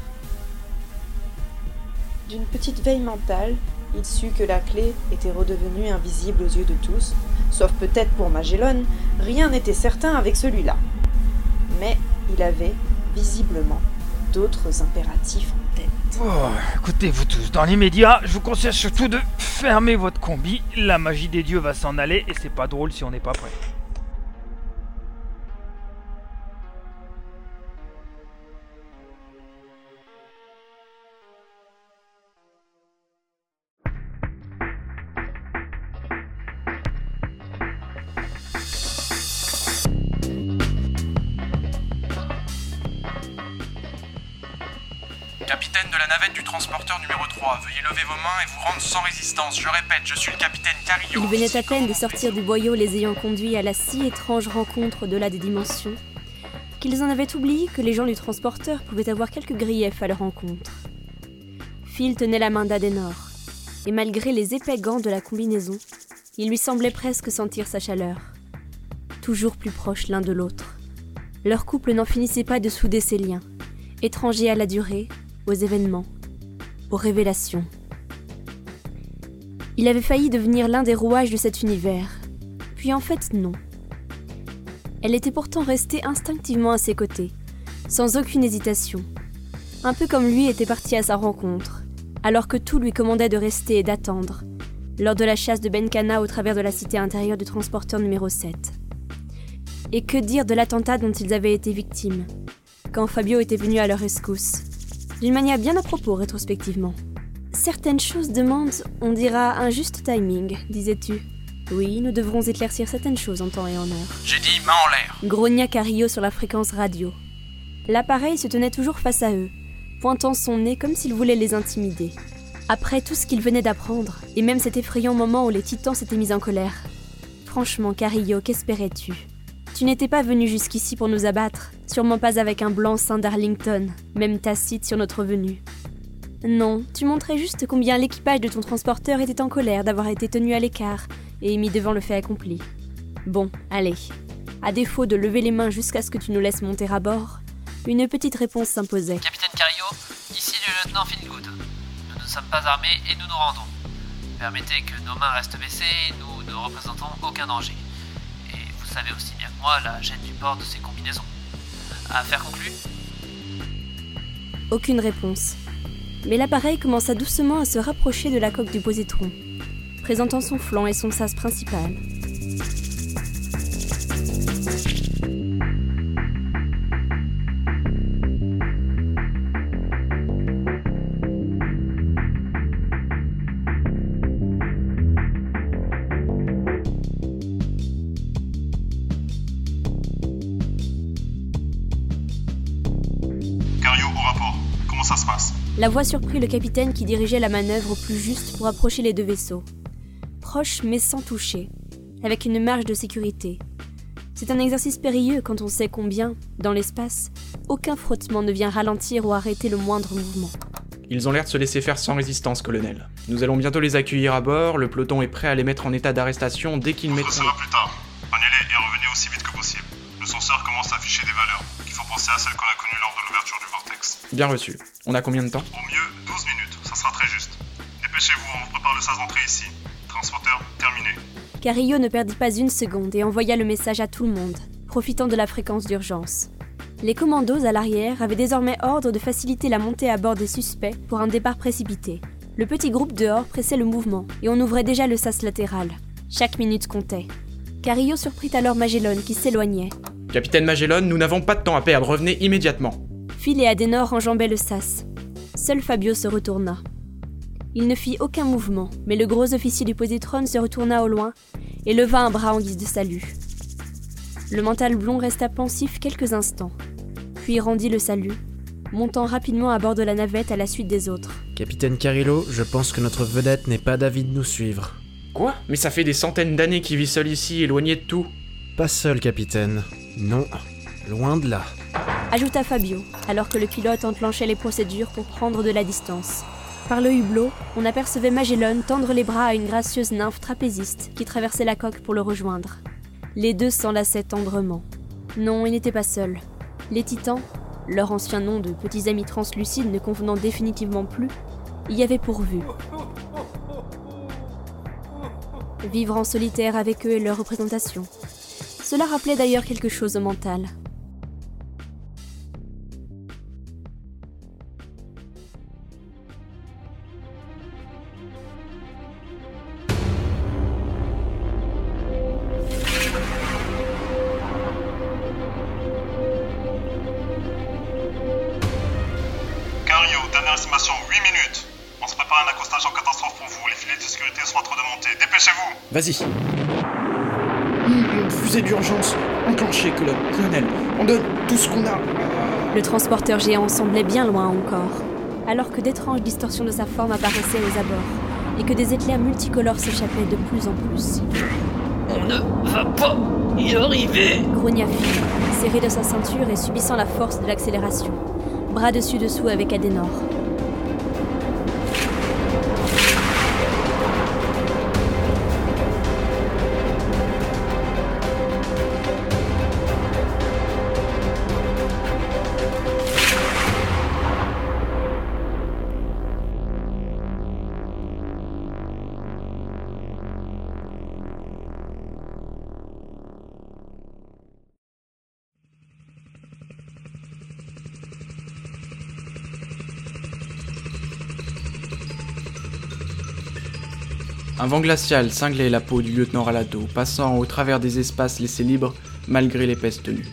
D'une petite veille mentale, il sut que la clé était redevenue invisible aux yeux de tous, sauf peut-être pour Magellan, rien n'était certain avec celui-là. Mais il avait, visiblement, d'autres impératifs en tête. Oh, écoutez-vous tous, dans l'immédiat, je vous conseille surtout de fermer votre combi, la magie des dieux va s'en aller et c'est pas drôle si on n'est pas prêt. Capitaine de la navette du transporteur numéro trois, veuillez lever vos mains et vous rendre sans résistance. Je répète, je suis le capitaine Carillo. Il venait à peine de sortir du boyau, les ayant conduits à la si étrange rencontre au-delà des dimensions, qu'ils en avaient oublié que les gens du transporteur pouvaient avoir quelques griefs à leur rencontre. Phil tenait la main d'Adenor, et malgré les épais gants de la combinaison, il lui semblait presque sentir sa chaleur. Toujours plus proches l'un de l'autre. Leur couple n'en finissait pas de souder ses liens, étrangers à la durée, aux événements, aux révélations. Il avait failli devenir l'un des rouages de cet univers, puis en fait non. Elle était pourtant restée instinctivement à ses côtés, sans aucune hésitation, un peu comme lui était parti à sa rencontre, alors que tout lui commandait de rester et d'attendre, lors de la chasse de Benkana au travers de la cité intérieure du transporteur numéro sept. Et que dire de l'attentat dont ils avaient été victimes, quand Fabio était venu à leur rescousse, d'une manière bien à propos rétrospectivement. Certaines choses demandent, on dira, un juste timing, disais-tu. Oui, nous devrons éclaircir certaines choses en temps et en heure. J'ai dit main en l'air. Grogna Carillo sur la fréquence radio. L'appareil se tenait toujours face à eux, pointant son nez comme s'il voulait les intimider. Après tout ce qu'il venait d'apprendre, et même cet effrayant moment où les titans s'étaient mis en colère. Franchement, Carillo, qu'espérais-tu ? Tu n'étais pas venu jusqu'ici pour nous abattre, sûrement pas avec un blanc-seing d'Arlington, même tacite sur notre venue. Non, tu montrais juste combien l'équipage de ton transporteur était en colère d'avoir été tenu à l'écart et mis devant le fait accompli. Bon, allez. À défaut de lever les mains jusqu'à ce que tu nous laisses monter à bord, une petite réponse s'imposait. Capitaine Carillo, ici le lieutenant Feelgood. Nous ne sommes pas armés et nous nous rendons. Permettez que nos mains restent baissées, nous ne représentons aucun danger. Et vous savez aussi bien que moi la gêne du port de ces combinaisons. Affaire conclue ? Aucune réponse. Mais l'appareil commença doucement à se rapprocher de la coque du positron, présentant son flanc et son sas principal. Carillo, au rapport. Comment ça se passe ? La voix surprit le capitaine qui dirigeait la manœuvre au plus juste pour approcher les deux vaisseaux. Proche mais sans toucher, avec une marge de sécurité. C'est un exercice périlleux quand on sait combien, dans l'espace, aucun frottement ne vient ralentir ou arrêter le moindre mouvement. Ils ont l'air de se laisser faire sans résistance, colonel. Nous allons bientôt les accueillir à bord, le peloton est prêt à les mettre en état d'arrestation dès qu'ils mettront... On le plus tard. Prenez-les et revenez aussi vite que possible. Le senseur commence à afficher des valeurs. Il faut penser à celles qu'on a connues lors de l'ouverture du vortex. Bien reçu. On a combien de temps ? Au mieux, douze minutes. Ça sera très juste. Dépêchez-vous, on vous prépare le sas d'entrée ici. Transporteur terminé. Carillo ne perdit pas une seconde et envoya le message à tout le monde, profitant de la fréquence d'urgence. Les commandos à l'arrière avaient désormais ordre de faciliter la montée à bord des suspects pour un départ précipité. Le petit groupe dehors pressait le mouvement et on ouvrait déjà le sas latéral. Chaque minute comptait. Carillo surprit alors Magellan qui s'éloignait. Capitaine Magellan, nous n'avons pas de temps à perdre, revenez immédiatement. Phil et Adenor enjambaient le sas. Seul Fabio se retourna. Il ne fit aucun mouvement, mais le gros officier du positron se retourna au loin et leva un bras en guise de salut. Le mental blond resta pensif quelques instants, puis rendit le salut, montant rapidement à bord de la navette à la suite des autres. Capitaine Carillo, je pense que notre vedette n'est pas d'avis de nous suivre. Quoi ? Mais ça fait des centaines d'années qu'il vit seul ici, éloigné de tout. Pas seul, capitaine. Non, loin de là. Ajouta Fabio, alors que le pilote enclenchait les procédures pour prendre de la distance. Par le hublot, on apercevait Magellan tendre les bras à une gracieuse nymphe trapéziste qui traversait la coque pour le rejoindre. Les deux s'enlaçaient tendrement. Non, ils n'étaient pas seuls. Les Titans, leur ancien nom de petits amis translucides ne convenant définitivement plus, y avaient pourvu. Vivre en solitaire avec eux et leur représentation. Cela rappelait d'ailleurs quelque chose au mental. Carillo, dernière estimation, huit minutes. On se prépare un accostage en catastrophe pour vous. Les filets de sécurité sont en train de monter. Dépêchez-vous. Vas-y. Mmh, fusée d'urgence. Enclenchée, colonel. On donne tout ce qu'on a. Le transporteur géant semblait bien loin encore, alors que d'étranges distorsions de sa forme apparaissaient aux abords, et que des éclairs multicolores s'échappaient de plus en plus. On ne va pas y arriver. Grogna Phil, serré de sa ceinture et subissant la force de l'accélération, bras dessus dessous avec Adenor. Un vent glacial cinglait la peau du lieutenant Ralato, passant au travers des espaces laissés libres malgré l'épaisse tenue.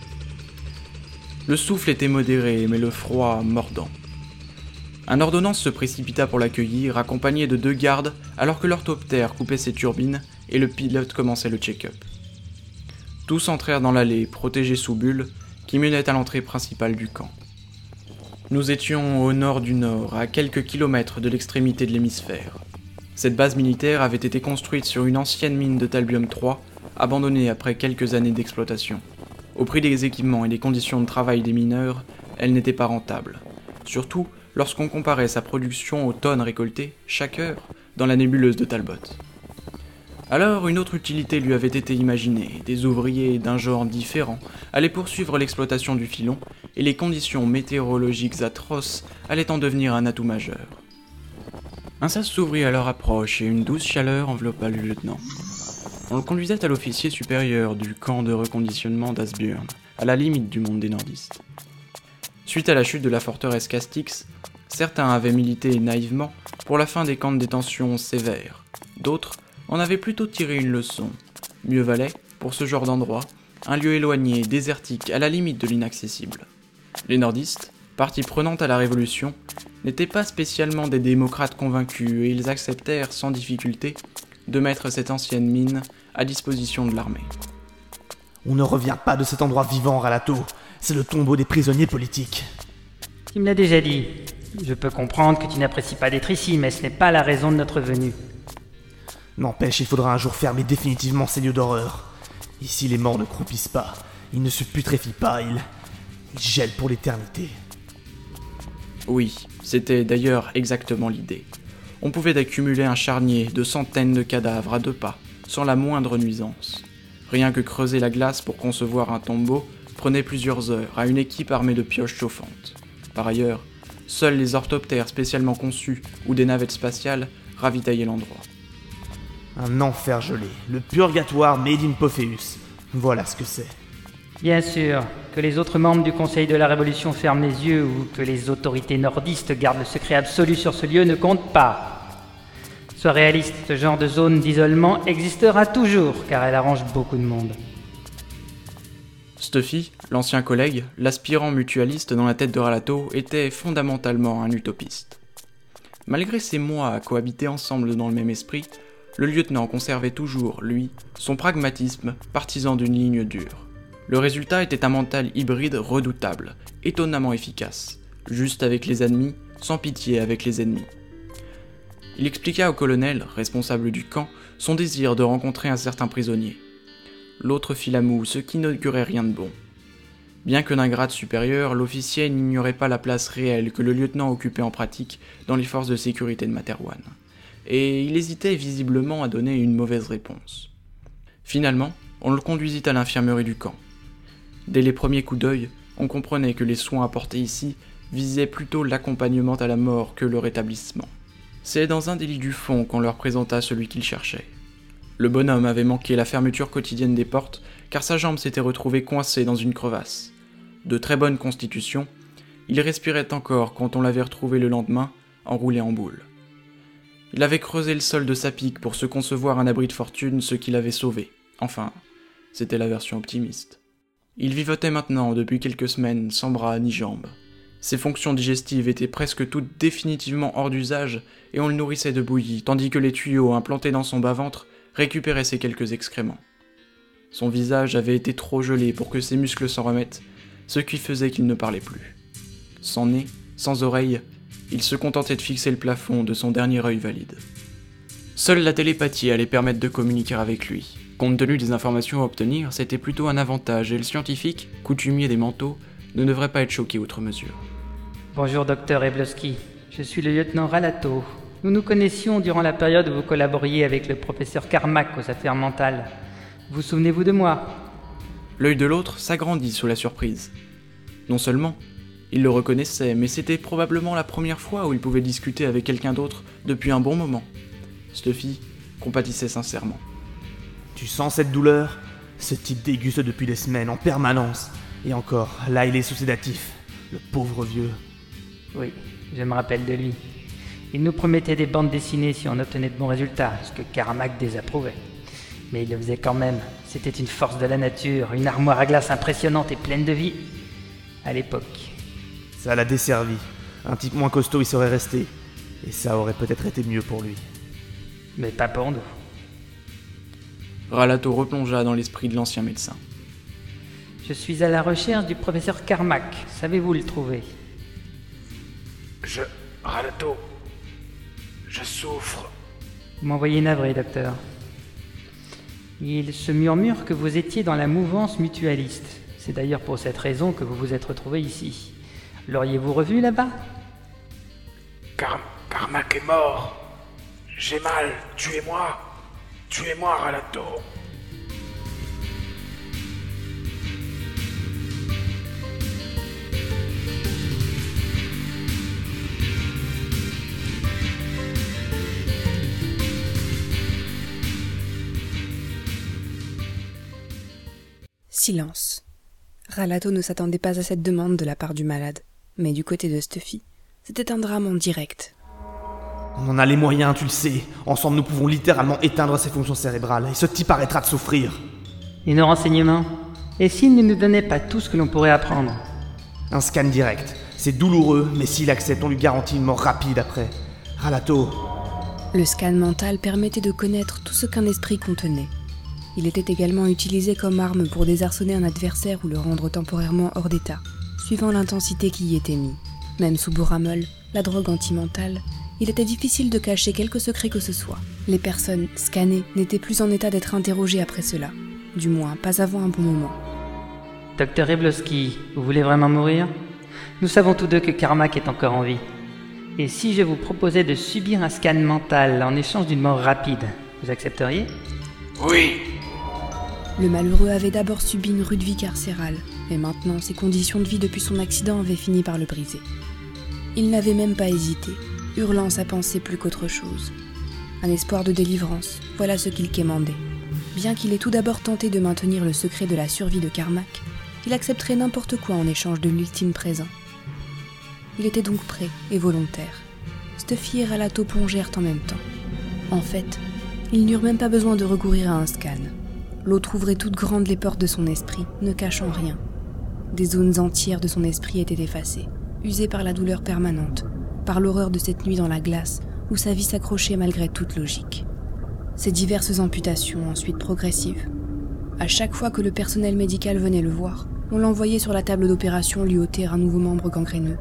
Le souffle était modéré, mais le froid mordant. Un ordonnance se précipita pour l'accueillir, accompagné de deux gardes, alors que l'orthoptère coupait ses turbines et le pilote commençait le check-up. Tous entrèrent dans l'allée, protégés sous bulle, qui menait à l'entrée principale du camp. Nous étions au nord du nord, à quelques kilomètres de l'extrémité de l'hémisphère. Cette base militaire avait été construite sur une ancienne mine de Talbium trois, abandonnée après quelques années d'exploitation. Au prix des équipements et des conditions de travail des mineurs, elle n'était pas rentable. Surtout lorsqu'on comparait sa production aux tonnes récoltées, chaque heure, dans la nébuleuse de Talbot. Alors une autre utilité lui avait été imaginée, des ouvriers d'un genre différent allaient poursuivre l'exploitation du filon, et les conditions météorologiques atroces allaient en devenir un atout majeur. Un sas s'ouvrit à leur approche et une douce chaleur enveloppa le lieutenant. On le conduisait à l'officier supérieur du camp de reconditionnement d'Asbjörn, à la limite du monde des nordistes. Suite à la chute de la forteresse Castix, certains avaient milité naïvement pour la fin des camps de détention sévères, d'autres en avaient plutôt tiré une leçon. Mieux valait, pour ce genre d'endroit, un lieu éloigné, désertique, à la limite de l'inaccessible. Les nordistes, partie prenante à la Révolution, n'étaient pas spécialement des démocrates convaincus et ils acceptèrent sans difficulté de mettre cette ancienne mine à disposition de l'armée. On ne revient pas de cet endroit vivant, Ralato. C'est le tombeau des prisonniers politiques. Tu me l'as déjà dit. Je peux comprendre que tu n'apprécies pas d'être ici, mais ce n'est pas la raison de notre venue. N'empêche, il faudra un jour fermer définitivement ces lieux d'horreur. Ici, les morts ne croupissent pas, ils ne se putréfient pas, ils... ils gèlent pour l'éternité. Oui, c'était d'ailleurs exactement l'idée. On pouvait accumuler un charnier de centaines de cadavres à deux pas, sans la moindre nuisance. Rien que creuser la glace pour concevoir un tombeau prenait plusieurs heures à une équipe armée de pioches chauffantes. Par ailleurs, seuls les orthoptères spécialement conçus ou des navettes spatiales ravitaillaient l'endroit. Un enfer gelé, le purgatoire made in Pophéus. Voilà ce que c'est. Bien sûr, que les autres membres du Conseil de la Révolution ferment les yeux ou que les autorités nordistes gardent le secret absolu sur ce lieu ne compte pas. Sois réaliste, ce genre de zone d'isolement existera toujours, car elle arrange beaucoup de monde. Stuffy, l'ancien collègue, l'aspirant mutualiste dans la tête de Ralato, était fondamentalement un utopiste. Malgré ces mois à cohabiter ensemble dans le même esprit, le lieutenant conservait toujours, lui, son pragmatisme partisan d'une ligne dure. Le résultat était un mental hybride redoutable, étonnamment efficace, juste avec les ennemis, sans pitié avec les ennemis. Il expliqua au colonel, responsable du camp, son désir de rencontrer un certain prisonnier. L'autre fit la moue, ce qui n'augurait rien de bon. Bien que d'un grade supérieur, l'officier n'ignorait pas la place réelle que le lieutenant occupait en pratique dans les forces de sécurité de Materwan. Et il hésitait visiblement à donner une mauvaise réponse. Finalement, on le conduisit à l'infirmerie du camp. Dès les premiers coups d'œil, on comprenait que les soins apportés ici visaient plutôt l'accompagnement à la mort que le rétablissement. C'est dans un des lits du fond qu'on leur présenta celui qu'ils cherchaient. Le bonhomme avait manqué la fermeture quotidienne des portes, car sa jambe s'était retrouvée coincée dans une crevasse. De très bonne constitution, il respirait encore quand on l'avait retrouvé le lendemain, enroulé en boule. Il avait creusé le sol de sa pique pour se concevoir un abri de fortune, ce qui l'avait sauvé. Enfin, c'était la version optimiste. Il vivotait maintenant depuis quelques semaines, sans bras ni jambes. Ses fonctions digestives étaient presque toutes définitivement hors d'usage et on le nourrissait de bouillie, tandis que les tuyaux implantés dans son bas-ventre récupéraient ses quelques excréments. Son visage avait été trop gelé pour que ses muscles s'en remettent, ce qui faisait qu'il ne parlait plus. Sans nez, sans oreille, il se contentait de fixer le plafond de son dernier œil valide. Seule la télépathie allait permettre de communiquer avec lui. Compte tenu des informations à obtenir, c'était plutôt un avantage et le scientifique, coutumier des manteaux, ne devrait pas être choqué outre mesure. Bonjour docteur Ebloski, je suis le lieutenant Ralato. Nous nous connaissions durant la période où vous collaboriez avec le professeur Carmack aux affaires mentales. Vous souvenez-vous de moi ? L'œil de l'autre s'agrandit sous la surprise. Non seulement, il le reconnaissait, mais c'était probablement la première fois où il pouvait discuter avec quelqu'un d'autre depuis un bon moment. Stuffy compatissait sincèrement. Tu sens cette douleur ? Ce type déguste depuis des semaines, en permanence. Et encore, là il est sous sédatif. Le pauvre vieux. Oui, je me rappelle de lui. Il nous promettait des bandes dessinées si on obtenait de bons résultats, ce que Carmack désapprouvait. Mais il le faisait quand même. C'était une force de la nature, une armoire à glace impressionnante et pleine de vie. À l'époque. Ça l'a desservi. Un type moins costaud il serait resté. Et ça aurait peut-être été mieux pour lui. Mais pas pour nous. Ralato replongea dans l'esprit de l'ancien médecin. Je suis à la recherche du professeur Carmack. Savez-vous le trouver? Je... Ralato... Je souffre. Vous m'envoyez navré, docteur. Il se murmure que vous étiez dans la mouvance mutualiste. C'est d'ailleurs pour cette raison que vous vous êtes retrouvé ici. L'auriez-vous revu là-bas? Car... Carmack est mort. J'ai mal. Tuez-moi. Tuez-moi, Ralato. Silence. Ralato ne s'attendait pas à cette demande de la part du malade, mais du côté de Stuffy, c'était un drame en direct. On en a les moyens, tu le sais. Ensemble, nous pouvons littéralement éteindre ses fonctions cérébrales, et ce type arrêtera de souffrir. Et nos renseignements? Et s'il ne nous donnait pas tout ce que l'on pourrait apprendre? Un scan direct. C'est douloureux, mais s'il accepte, on lui garantit une mort rapide après. Ralato. Le scan mental permettait de connaître tout ce qu'un esprit contenait. Il était également utilisé comme arme pour désarçonner un adversaire ou le rendre temporairement hors d'état, suivant l'intensité qui y était mise. Même sous Boramol, la drogue anti-mentale, il était difficile de cacher quelque secret que ce soit. Les personnes scannées n'étaient plus en état d'être interrogées après cela, du moins pas avant un bon moment. Docteur Eblowski, vous voulez vraiment mourir? Nous savons tous deux que Carmack est encore en vie. Et si je vous proposais de subir un scan mental en échange d'une mort rapide, vous accepteriez? Oui. Le malheureux avait d'abord subi une rude vie carcérale, et maintenant ses conditions de vie depuis son accident avaient fini par le briser. Il n'avait même pas hésité, hurlant sa pensée plus qu'autre chose. Un espoir de délivrance, voilà ce qu'il quémandait. Bien qu'il ait tout d'abord tenté de maintenir le secret de la survie de Carmack, il accepterait n'importe quoi en échange de l'ultime présent. Il était donc prêt et volontaire. Stuffy et Ralato plongèrent en même temps. En fait, ils n'eurent même pas besoin de recourir à un scan. L'autre ouvrait toutes grandes les portes de son esprit, ne cachant rien. Des zones entières de son esprit étaient effacées, usées par la douleur permanente, par l'horreur de cette nuit dans la glace où sa vie s'accrochait malgré toute logique. Ces diverses amputations, ensuite progressives. À chaque fois que le personnel médical venait le voir, on l'envoyait sur la table d'opération lui ôter un nouveau membre gangréneux.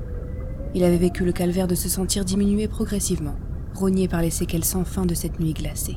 Il avait vécu le calvaire de se sentir diminuer progressivement, rogné par les séquelles sans fin de cette nuit glacée.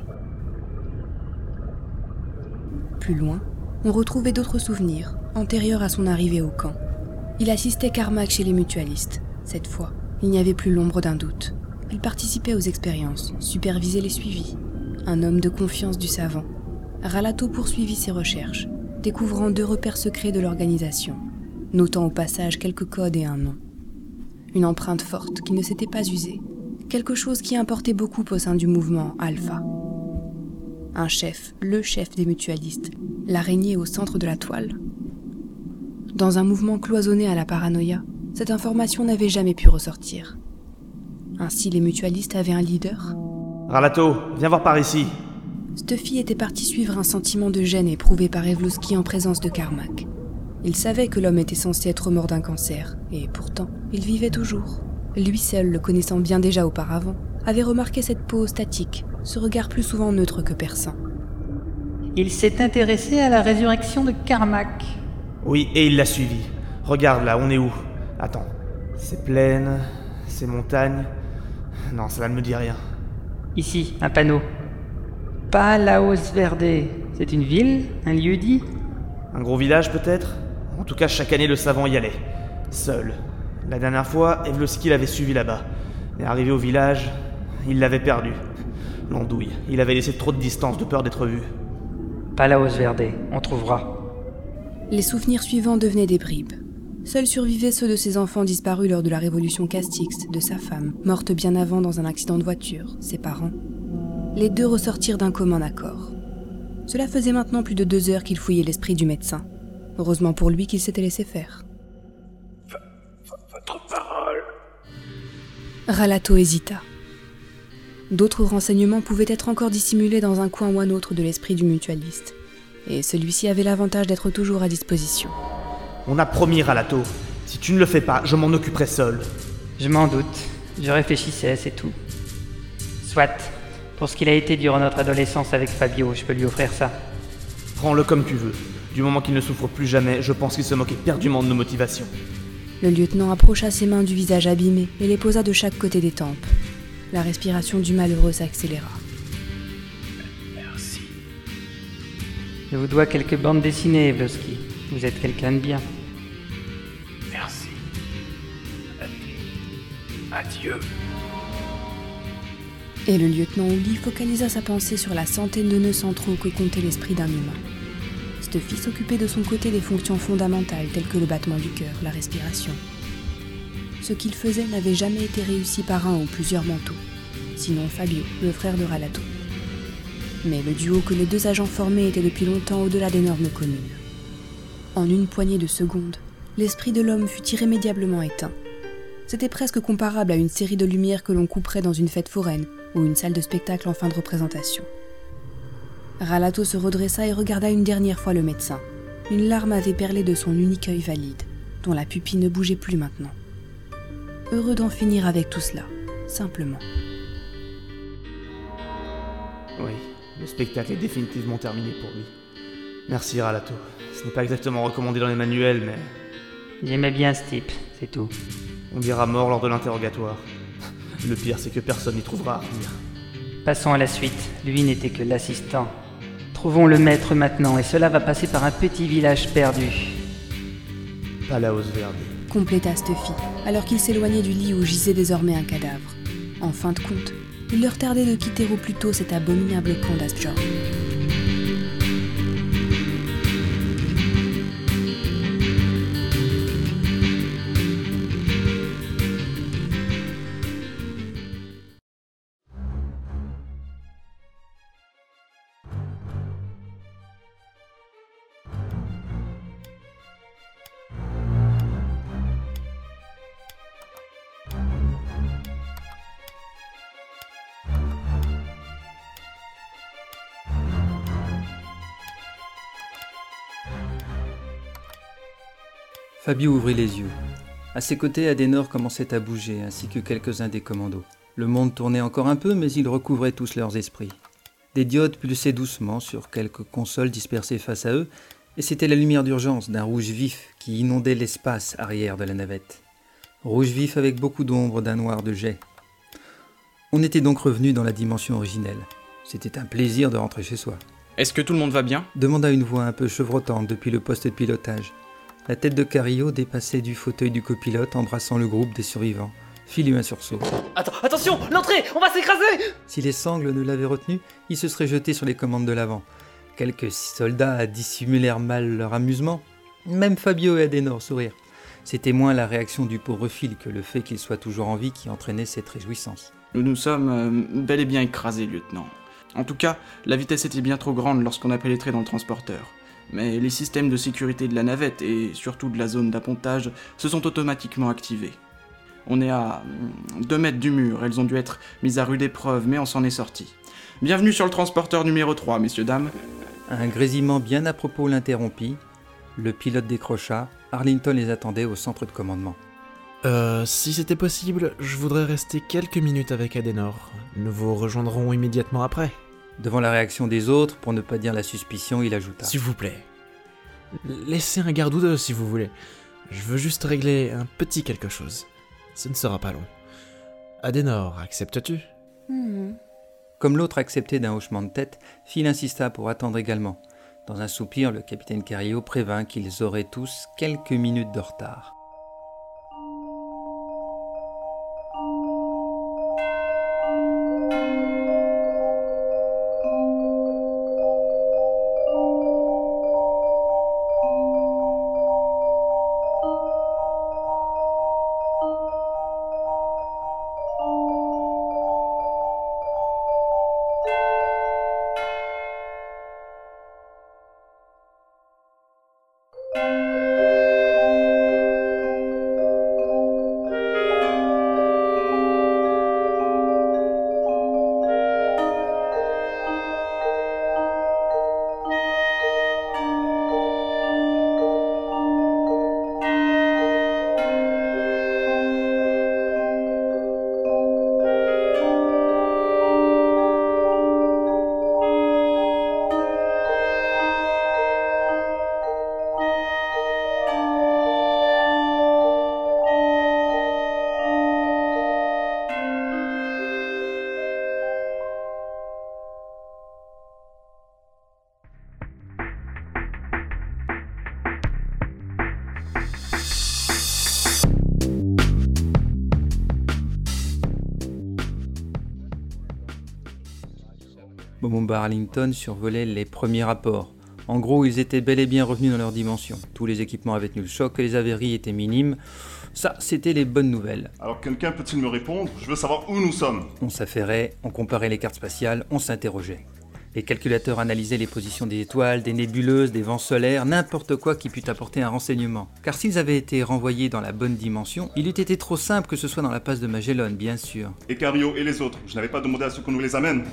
Plus loin, on retrouvait d'autres souvenirs, antérieurs à son arrivée au camp. Il assistait Carmack chez les mutualistes. Cette fois, il n'y avait plus l'ombre d'un doute. Il participait aux expériences, supervisait les suivis. Un homme de confiance du savant. Ralato poursuivit ses recherches, découvrant deux repères secrets de l'organisation, notant au passage quelques codes et un nom. Une empreinte forte qui ne s'était pas usée, quelque chose qui importait beaucoup au sein du mouvement Alpha. Un chef, le chef des mutualistes, l'araignée au centre de la toile. Dans un mouvement cloisonné à la paranoïa, cette information n'avait jamais pu ressortir. Ainsi, les mutualistes avaient un leader. Ralato, viens voir par ici. Stuffy était parti suivre un sentiment de gêne éprouvé par Eblowski en présence de Carmack. Il savait que l'homme était censé être mort d'un cancer, et pourtant, il vivait toujours. Lui seul, le connaissant bien déjà auparavant, avait remarqué cette peau statique, ce regard plus souvent neutre que perçant. Il s'est intéressé à la résurrection de Carmack. Oui, et il l'a suivi. Regarde là, on est où? Attends, c'est plaine, c'est montagne... Non, cela ne me dit rien. Ici, un panneau. Palos Verde. C'est une ville? Un lieu dit? Un gros village peut-être? En tout cas, chaque année, le savant y allait. Seul. La dernière fois, Eblowski l'avait suivi là-bas. Mais arrivé au village, il l'avait perdu. L'andouille. Il avait laissé trop de distance de peur d'être vu. Palos Verde, on trouvera. Les souvenirs suivants devenaient des bribes. Seuls survivaient ceux de ses enfants disparus lors de la révolution Castix, de sa femme, morte bien avant dans un accident de voiture, ses parents. Les deux ressortirent d'un commun accord. Cela faisait maintenant plus de deux heures qu'il fouillait l'esprit du médecin. Heureusement pour lui qu'il s'était laissé faire. V- votre parole. Ralato hésita. D'autres renseignements pouvaient être encore dissimulés dans un coin ou un autre de l'esprit du mutualiste, et celui-ci avait l'avantage d'être toujours à disposition. On a promis, Ralato. Si tu ne le fais pas, je m'en occuperai seul. Je m'en doute. Je réfléchissais, c'est tout. Soit. Pour ce qu'il a été durant notre adolescence avec Fabio, je peux lui offrir ça. Prends-le comme tu veux. Du moment qu'il ne souffre plus jamais, je pense qu'il se moque éperdument de nos motivations. Le lieutenant approcha ses mains du visage abîmé et les posa de chaque côté des tempes. La respiration du malheureux s'accéléra. Merci. Je vous dois quelques bandes dessinées, Vloski. Vous êtes quelqu'un de bien. Merci. Adieu. Et le lieutenant Ouli focalisa sa pensée sur la centaine de nœuds centraux que comptait l'esprit d'un humain. Stuffy s'occupait de son côté des fonctions fondamentales telles que le battement du cœur, la respiration. Ce qu'il faisait n'avait jamais été réussi par un ou plusieurs manteaux, sinon Fabio, le frère de Ralato. Mais le duo que les deux agents formaient était depuis longtemps au-delà des normes communes. En une poignée de secondes, l'esprit de l'homme fut irrémédiablement éteint. C'était presque comparable à une série de lumières que l'on couperait dans une fête foraine ou une salle de spectacle en fin de représentation. Ralato se redressa et regarda une dernière fois le médecin. Une larme avait perlé de son unique œil valide, dont la pupille ne bougeait plus maintenant. Heureux d'en finir avec tout cela, simplement. Oui, le spectacle est définitivement terminé pour lui. Merci, Ralato. Ce n'est pas exactement recommandé dans les manuels, mais... J'aimais bien ce type, c'est tout. On dira mort lors de l'interrogatoire. Le pire, c'est que personne n'y trouvera à redire. Passons à la suite. Lui n'était que l'assistant. Trouvons le maître maintenant, et cela va passer par un petit village perdu. Palaos Verde. Compléta Stuffy, alors qu'il s'éloignait du lit où gisait désormais un cadavre. En fin de compte, il leur tardait de quitter au plus tôt cet abominable camp d'Astjord. Fabio ouvrit les yeux. À ses côtés, Adenor commençait à bouger, ainsi que quelques-uns des commandos. Le monde tournait encore un peu, mais ils recouvraient tous leurs esprits. Des diodes pulsaient doucement sur quelques consoles dispersées face à eux, et c'était la lumière d'urgence d'un rouge vif qui inondait l'espace arrière de la navette. Rouge vif avec beaucoup d'ombre d'un noir de jet. On était donc revenu dans la dimension originelle. C'était un plaisir de rentrer chez soi. Est-ce que tout le monde va bien ? Demanda une voix un peu chevrotante depuis le poste de pilotage. La tête de Carillo dépassait du fauteuil du copilote, embrassant le groupe des survivants. Fit lui un sursaut. Attends, attention, l'entrée, on va s'écraser! Si les sangles ne l'avaient retenu, il se serait jeté sur les commandes de l'avant. Quelques soldats dissimulèrent mal leur amusement. Même Fabio et Adenor sourirent. C'était moins la réaction du pauvre Phil que le fait qu'il soit toujours en vie qui entraînait cette réjouissance. Nous nous sommes euh, bel et bien écrasés, lieutenant. En tout cas, la vitesse était bien trop grande lorsqu'on a pénétré dans le transporteur. Mais les systèmes de sécurité de la navette et surtout de la zone d'appontage se sont automatiquement activés. On est à deux mètres du mur, elles ont dû être mises à rude épreuve, mais on s'en est sorti. Bienvenue sur le transporteur numéro trois, messieurs, dames. Un grésillement bien à propos l'interrompit. Le pilote décrocha. Arlington les attendait au centre de commandement. Euh, si c'était possible, je voudrais rester quelques minutes avec Adenor. Nous vous rejoindrons immédiatement après. Devant la réaction des autres, pour ne pas dire la suspicion, il ajouta. S'il vous plaît. Laissez un garde ou deux si vous voulez. Je veux juste régler un petit quelque chose. Ce ne sera pas long. Adenor, acceptes-tu ? Mmh. Comme l'autre acceptait d'un hochement de tête, Phil insista pour attendre également. Dans un soupir, le capitaine Carillo prévint qu'ils auraient tous quelques minutes de retard. Bomomba Arlington survolait les premiers rapports. En gros, ils étaient bel et bien revenus dans leur dimension. Tous les équipements avaient tenu le choc et les avaries étaient minimes. Ça, c'était les bonnes nouvelles. Alors quelqu'un peut-il me répondre? Je veux savoir où nous sommes. On s'affairait, on comparait les cartes spatiales, on s'interrogeait. Les calculateurs analysaient les positions des étoiles, des nébuleuses, des vents solaires, n'importe quoi qui pût apporter un renseignement. Car s'ils avaient été renvoyés dans la bonne dimension, il eût été trop simple que ce soit dans la passe de Magellan, bien sûr. Et Cario et les autres, je n'avais pas demandé à ceux qu'on nous les amène.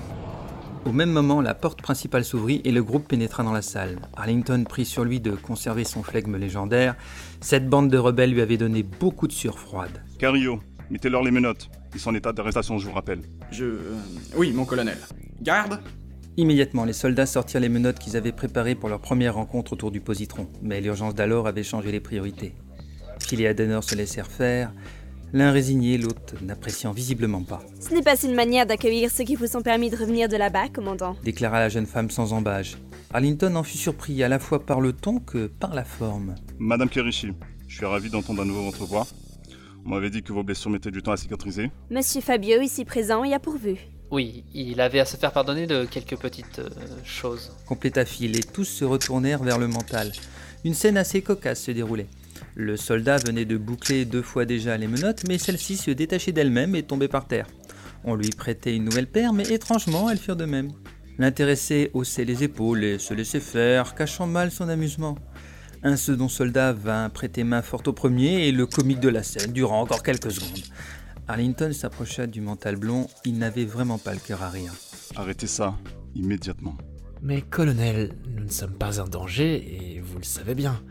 Au même moment, la porte principale s'ouvrit et le groupe pénétra dans la salle. Arlington prit sur lui de conserver son flegme légendaire. Cette bande de rebelles lui avait donné beaucoup de sueur froide. Cario, mettez-leur les menottes. Ils sont en état d'arrestation, je vous rappelle. Je... Euh, oui, mon colonel. Garde. Immédiatement, les soldats sortirent les menottes qu'ils avaient préparées pour leur première rencontre autour du positron. Mais l'urgence d'alors avait changé les priorités. Phil et Adenor se laissèrent faire, l'un résigné, l'autre n'appréciant visiblement pas. « Ce n'est pas une manière d'accueillir ceux qui vous sont permis de revenir de là-bas, commandant. » déclara la jeune femme sans embâge. Arlington en fut surpris à la fois par le ton que par la forme. Madame Kerishi, je suis ravi d'entendre à nouveau votre voix. On m'avait dit que vos blessures mettaient du temps à cicatriser. Monsieur Fabio, ici présent, y a pourvu. Oui, il avait à se faire pardonner de quelques petites euh, choses. Compléta Phil et tous se retournèrent vers le mental. Une scène assez cocasse se déroulait. Le soldat venait de boucler deux fois déjà les menottes, mais celle-ci se détachait d'elle-même et tombait par terre. On lui prêtait une nouvelle paire, mais étrangement, elles furent de même. L'intéressé haussait les épaules et se laissait faire, cachant mal son amusement. Un second soldat vint prêter main forte au premier et le comique de la scène dura encore quelques secondes. Arlington s'approcha du mental blond, il n'avait vraiment pas le cœur à rire. Arrêtez ça, immédiatement. Mais colonel, nous ne sommes pas un danger et vous le savez bien.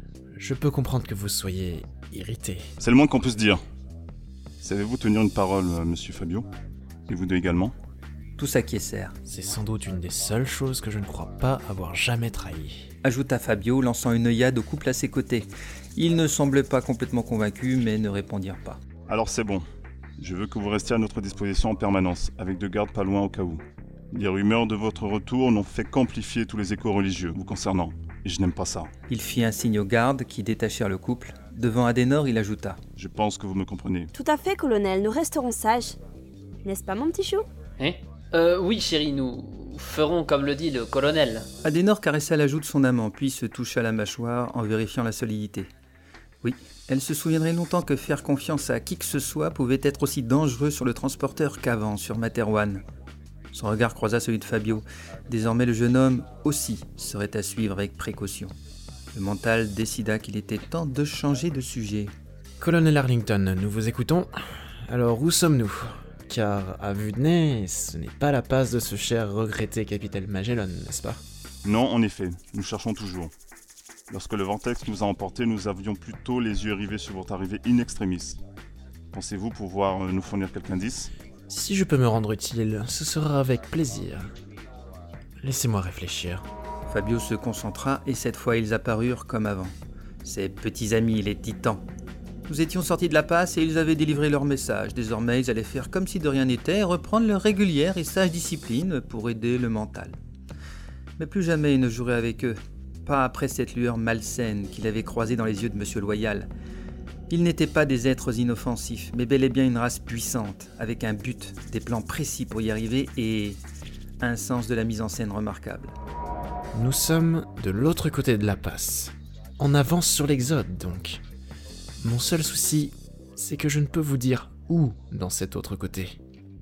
Je peux comprendre que vous soyez irrité. C'est le moins qu'on puisse dire. Savez-vous tenir une parole, monsieur Fabio? Et vous deux également? Tous acquiescèrent. C'est sans doute une des seules choses que je ne crois pas avoir jamais trahi. Ajouta Fabio, lançant une œillade au couple à ses côtés. Ils ne semblaient pas complètement convaincus, mais ne répondirent pas. Alors c'est bon. Je veux que vous restiez à notre disposition en permanence, avec deux gardes pas loin au cas où. Les rumeurs de votre retour n'ont fait qu'amplifier tous les échos religieux vous concernant, et je n'aime pas ça. Il fit un signe aux gardes qui détachèrent le couple. Devant Adenor, il ajouta. Je pense que vous me comprenez. Tout à fait, colonel, nous resterons sages. N'est-ce pas, mon petit chou? Hein? Euh, oui, chérie, nous ferons comme le dit le colonel. Adenor caressa la joue de son amant, puis se toucha la mâchoire en vérifiant la solidité. Oui, elle se souviendrait longtemps que faire confiance à qui que ce soit pouvait être aussi dangereux sur le transporteur qu'avant sur Materwan. Son regard croisa celui de Fabio. Désormais, le jeune homme aussi serait à suivre avec précaution. Le mental décida qu'il était temps de changer de sujet. Colonel Arlington, nous vous écoutons. Alors, où sommes-nous? Car, à vue de nez, ce n'est pas la passe de ce cher regretté capitaine Magellan, n'est-ce pas? Non, en effet, nous cherchons toujours. Lorsque le vortex nous a emportés, nous avions plutôt les yeux rivés sur votre arrivée in extremis. Pensez-vous pouvoir nous fournir quelques indices? Si je peux me rendre utile, ce sera avec plaisir. Laissez-moi réfléchir. Fabio se concentra et cette fois ils apparurent comme avant. Ses petits amis, les titans. Nous étions sortis de la passe et ils avaient délivré leur message. Désormais, ils allaient faire comme si de rien n'était et reprendre leur régulière et sage discipline pour aider le mental. Mais plus jamais il ne jouerait avec eux. Pas après cette lueur malsaine qu'il avait croisée dans les yeux de Monsieur Loyal. Ils n'étaient pas des êtres inoffensifs, mais bel et bien une race puissante, avec un but, des plans précis pour y arriver et un sens de la mise en scène remarquable. Nous sommes de l'autre côté de la passe. En avance sur l'Exode, donc. Mon seul souci, c'est que je ne peux vous dire où dans cet autre côté.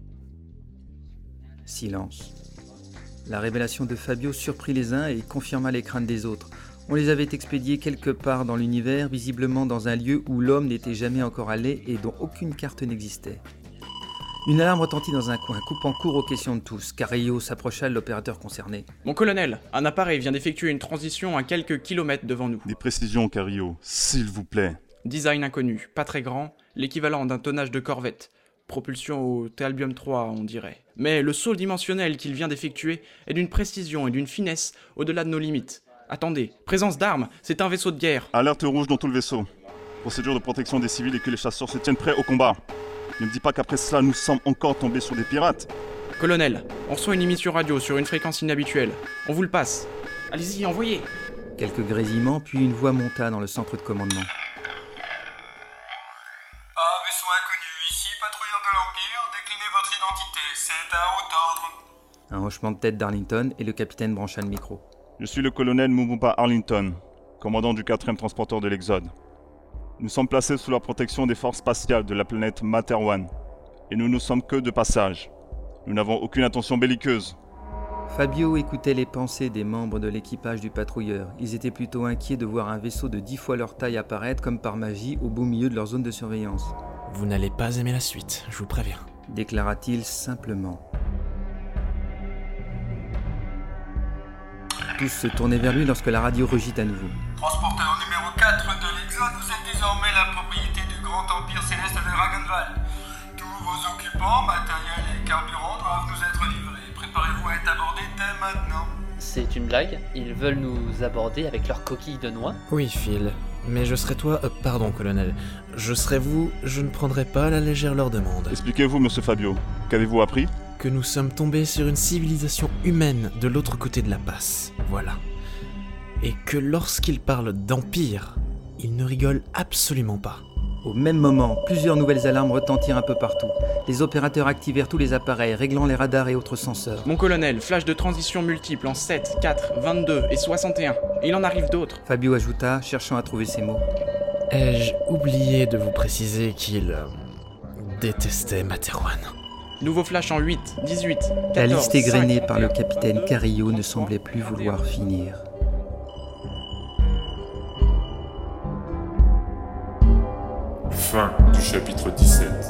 Silence. La révélation de Fabio surprit les uns et confirma les craintes des autres. On les avait expédiés quelque part dans l'univers, visiblement dans un lieu où l'homme n'était jamais encore allé et dont aucune carte n'existait. Une alarme retentit dans un coin, coupant court aux questions de tous. Carillo s'approcha de l'opérateur concerné. Mon colonel, un appareil vient d'effectuer une transition à quelques kilomètres devant nous. Des précisions, Carillo, s'il vous plaît. Design inconnu, pas très grand, l'équivalent d'un tonnage de corvette. Propulsion au Thalbium trois, on dirait. Mais le saut dimensionnel qu'il vient d'effectuer est d'une précision et d'une finesse au-delà de nos limites. Attendez, présence d'armes, c'est un vaisseau de guerre. Alerte rouge dans tout le vaisseau. Procédure de protection des civils et que les chasseurs se tiennent prêts au combat. Ne me dis pas qu'après cela, nous sommes encore tombés sur des pirates. Colonel, on reçoit une émission radio sur une fréquence inhabituelle. On vous le passe. Allez-y, envoyez. Quelques grésillements, puis une voix monta dans le centre de commandement. Ah, vaisseau inconnu, ici, patrouilleur de l'Empire, déclinez votre identité, c'est un haut ordre. Un hochement de tête d'Arlington et le capitaine brancha le micro. Je suis le colonel Mumumba Arlington, commandant du quatrième transporteur de l'Exode. Nous sommes placés sous la protection des forces spatiales de la planète Materwan, et nous ne sommes que de passage. Nous n'avons aucune intention belliqueuse. Fabio écoutait les pensées des membres de l'équipage du patrouilleur. Ils étaient plutôt inquiets de voir un vaisseau de dix fois leur taille apparaître comme par magie au beau milieu de leur zone de surveillance. Vous n'allez pas aimer la suite, je vous préviens, déclara-t-il simplement. Tous se tournaient vers lui lorsque la radio rugit à nouveau. Transporteur numéro quatre de l'Exode, vous êtes désormais la propriété du grand empire céleste de Ragnval. Tous vos occupants, matériel et carburant doivent nous être livrés. Préparez-vous à être abordés dès maintenant. C'est une blague? Ils veulent nous aborder avec leurs coquilles de noix? Oui, Phil. Mais je serai toi... Euh, pardon, colonel. Je serai vous, je ne prendrai pas à la légère leur demande. Expliquez-vous, monsieur Fabio. Qu'avez-vous appris? Que nous sommes tombés sur une civilisation humaine de l'autre côté de la passe. Voilà. Et que lorsqu'ils parlent d'empire, ils ne rigolent absolument pas. Au même moment, plusieurs nouvelles alarmes retentirent un peu partout. Les opérateurs activèrent tous les appareils, réglant les radars et autres senseurs. Mon colonel, flash de transition multiple en sept, quatre, vingt-deux et soixante et un. Et il en arrive d'autres. Fabio ajouta, cherchant à trouver ses mots. Ai-je oublié de vous préciser qu'il euh, détestait Materwan? Nouveau flash en huit, dix-huit, quatorze, La liste égrenée cinq, par le capitaine Carillo ne semblait plus vouloir finir. Fin du chapitre dix-sept.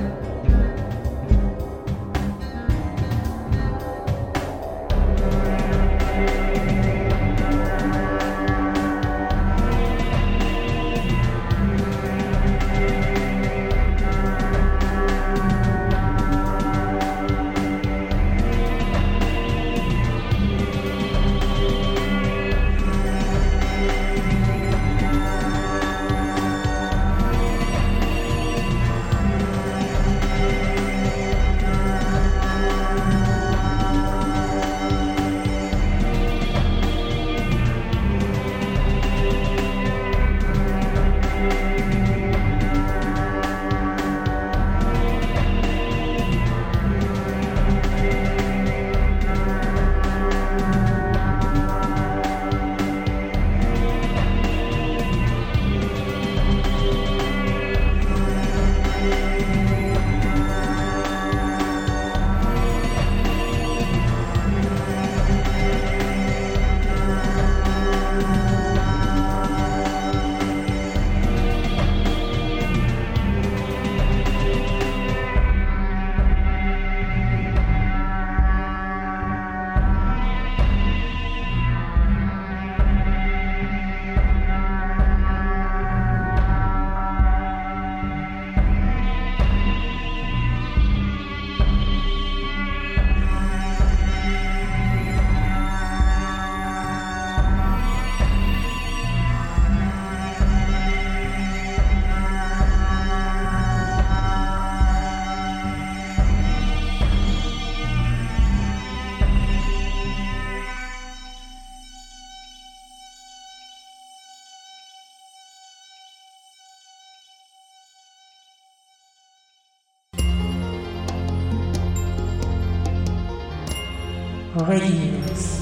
Radiance.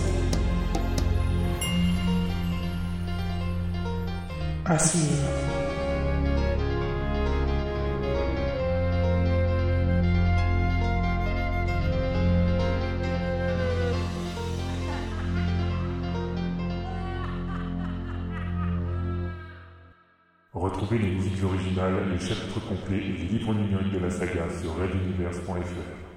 Asir. Retrouvez les musiques originales, les chapitres complets et les livres numériques de la saga sur red universe point f r.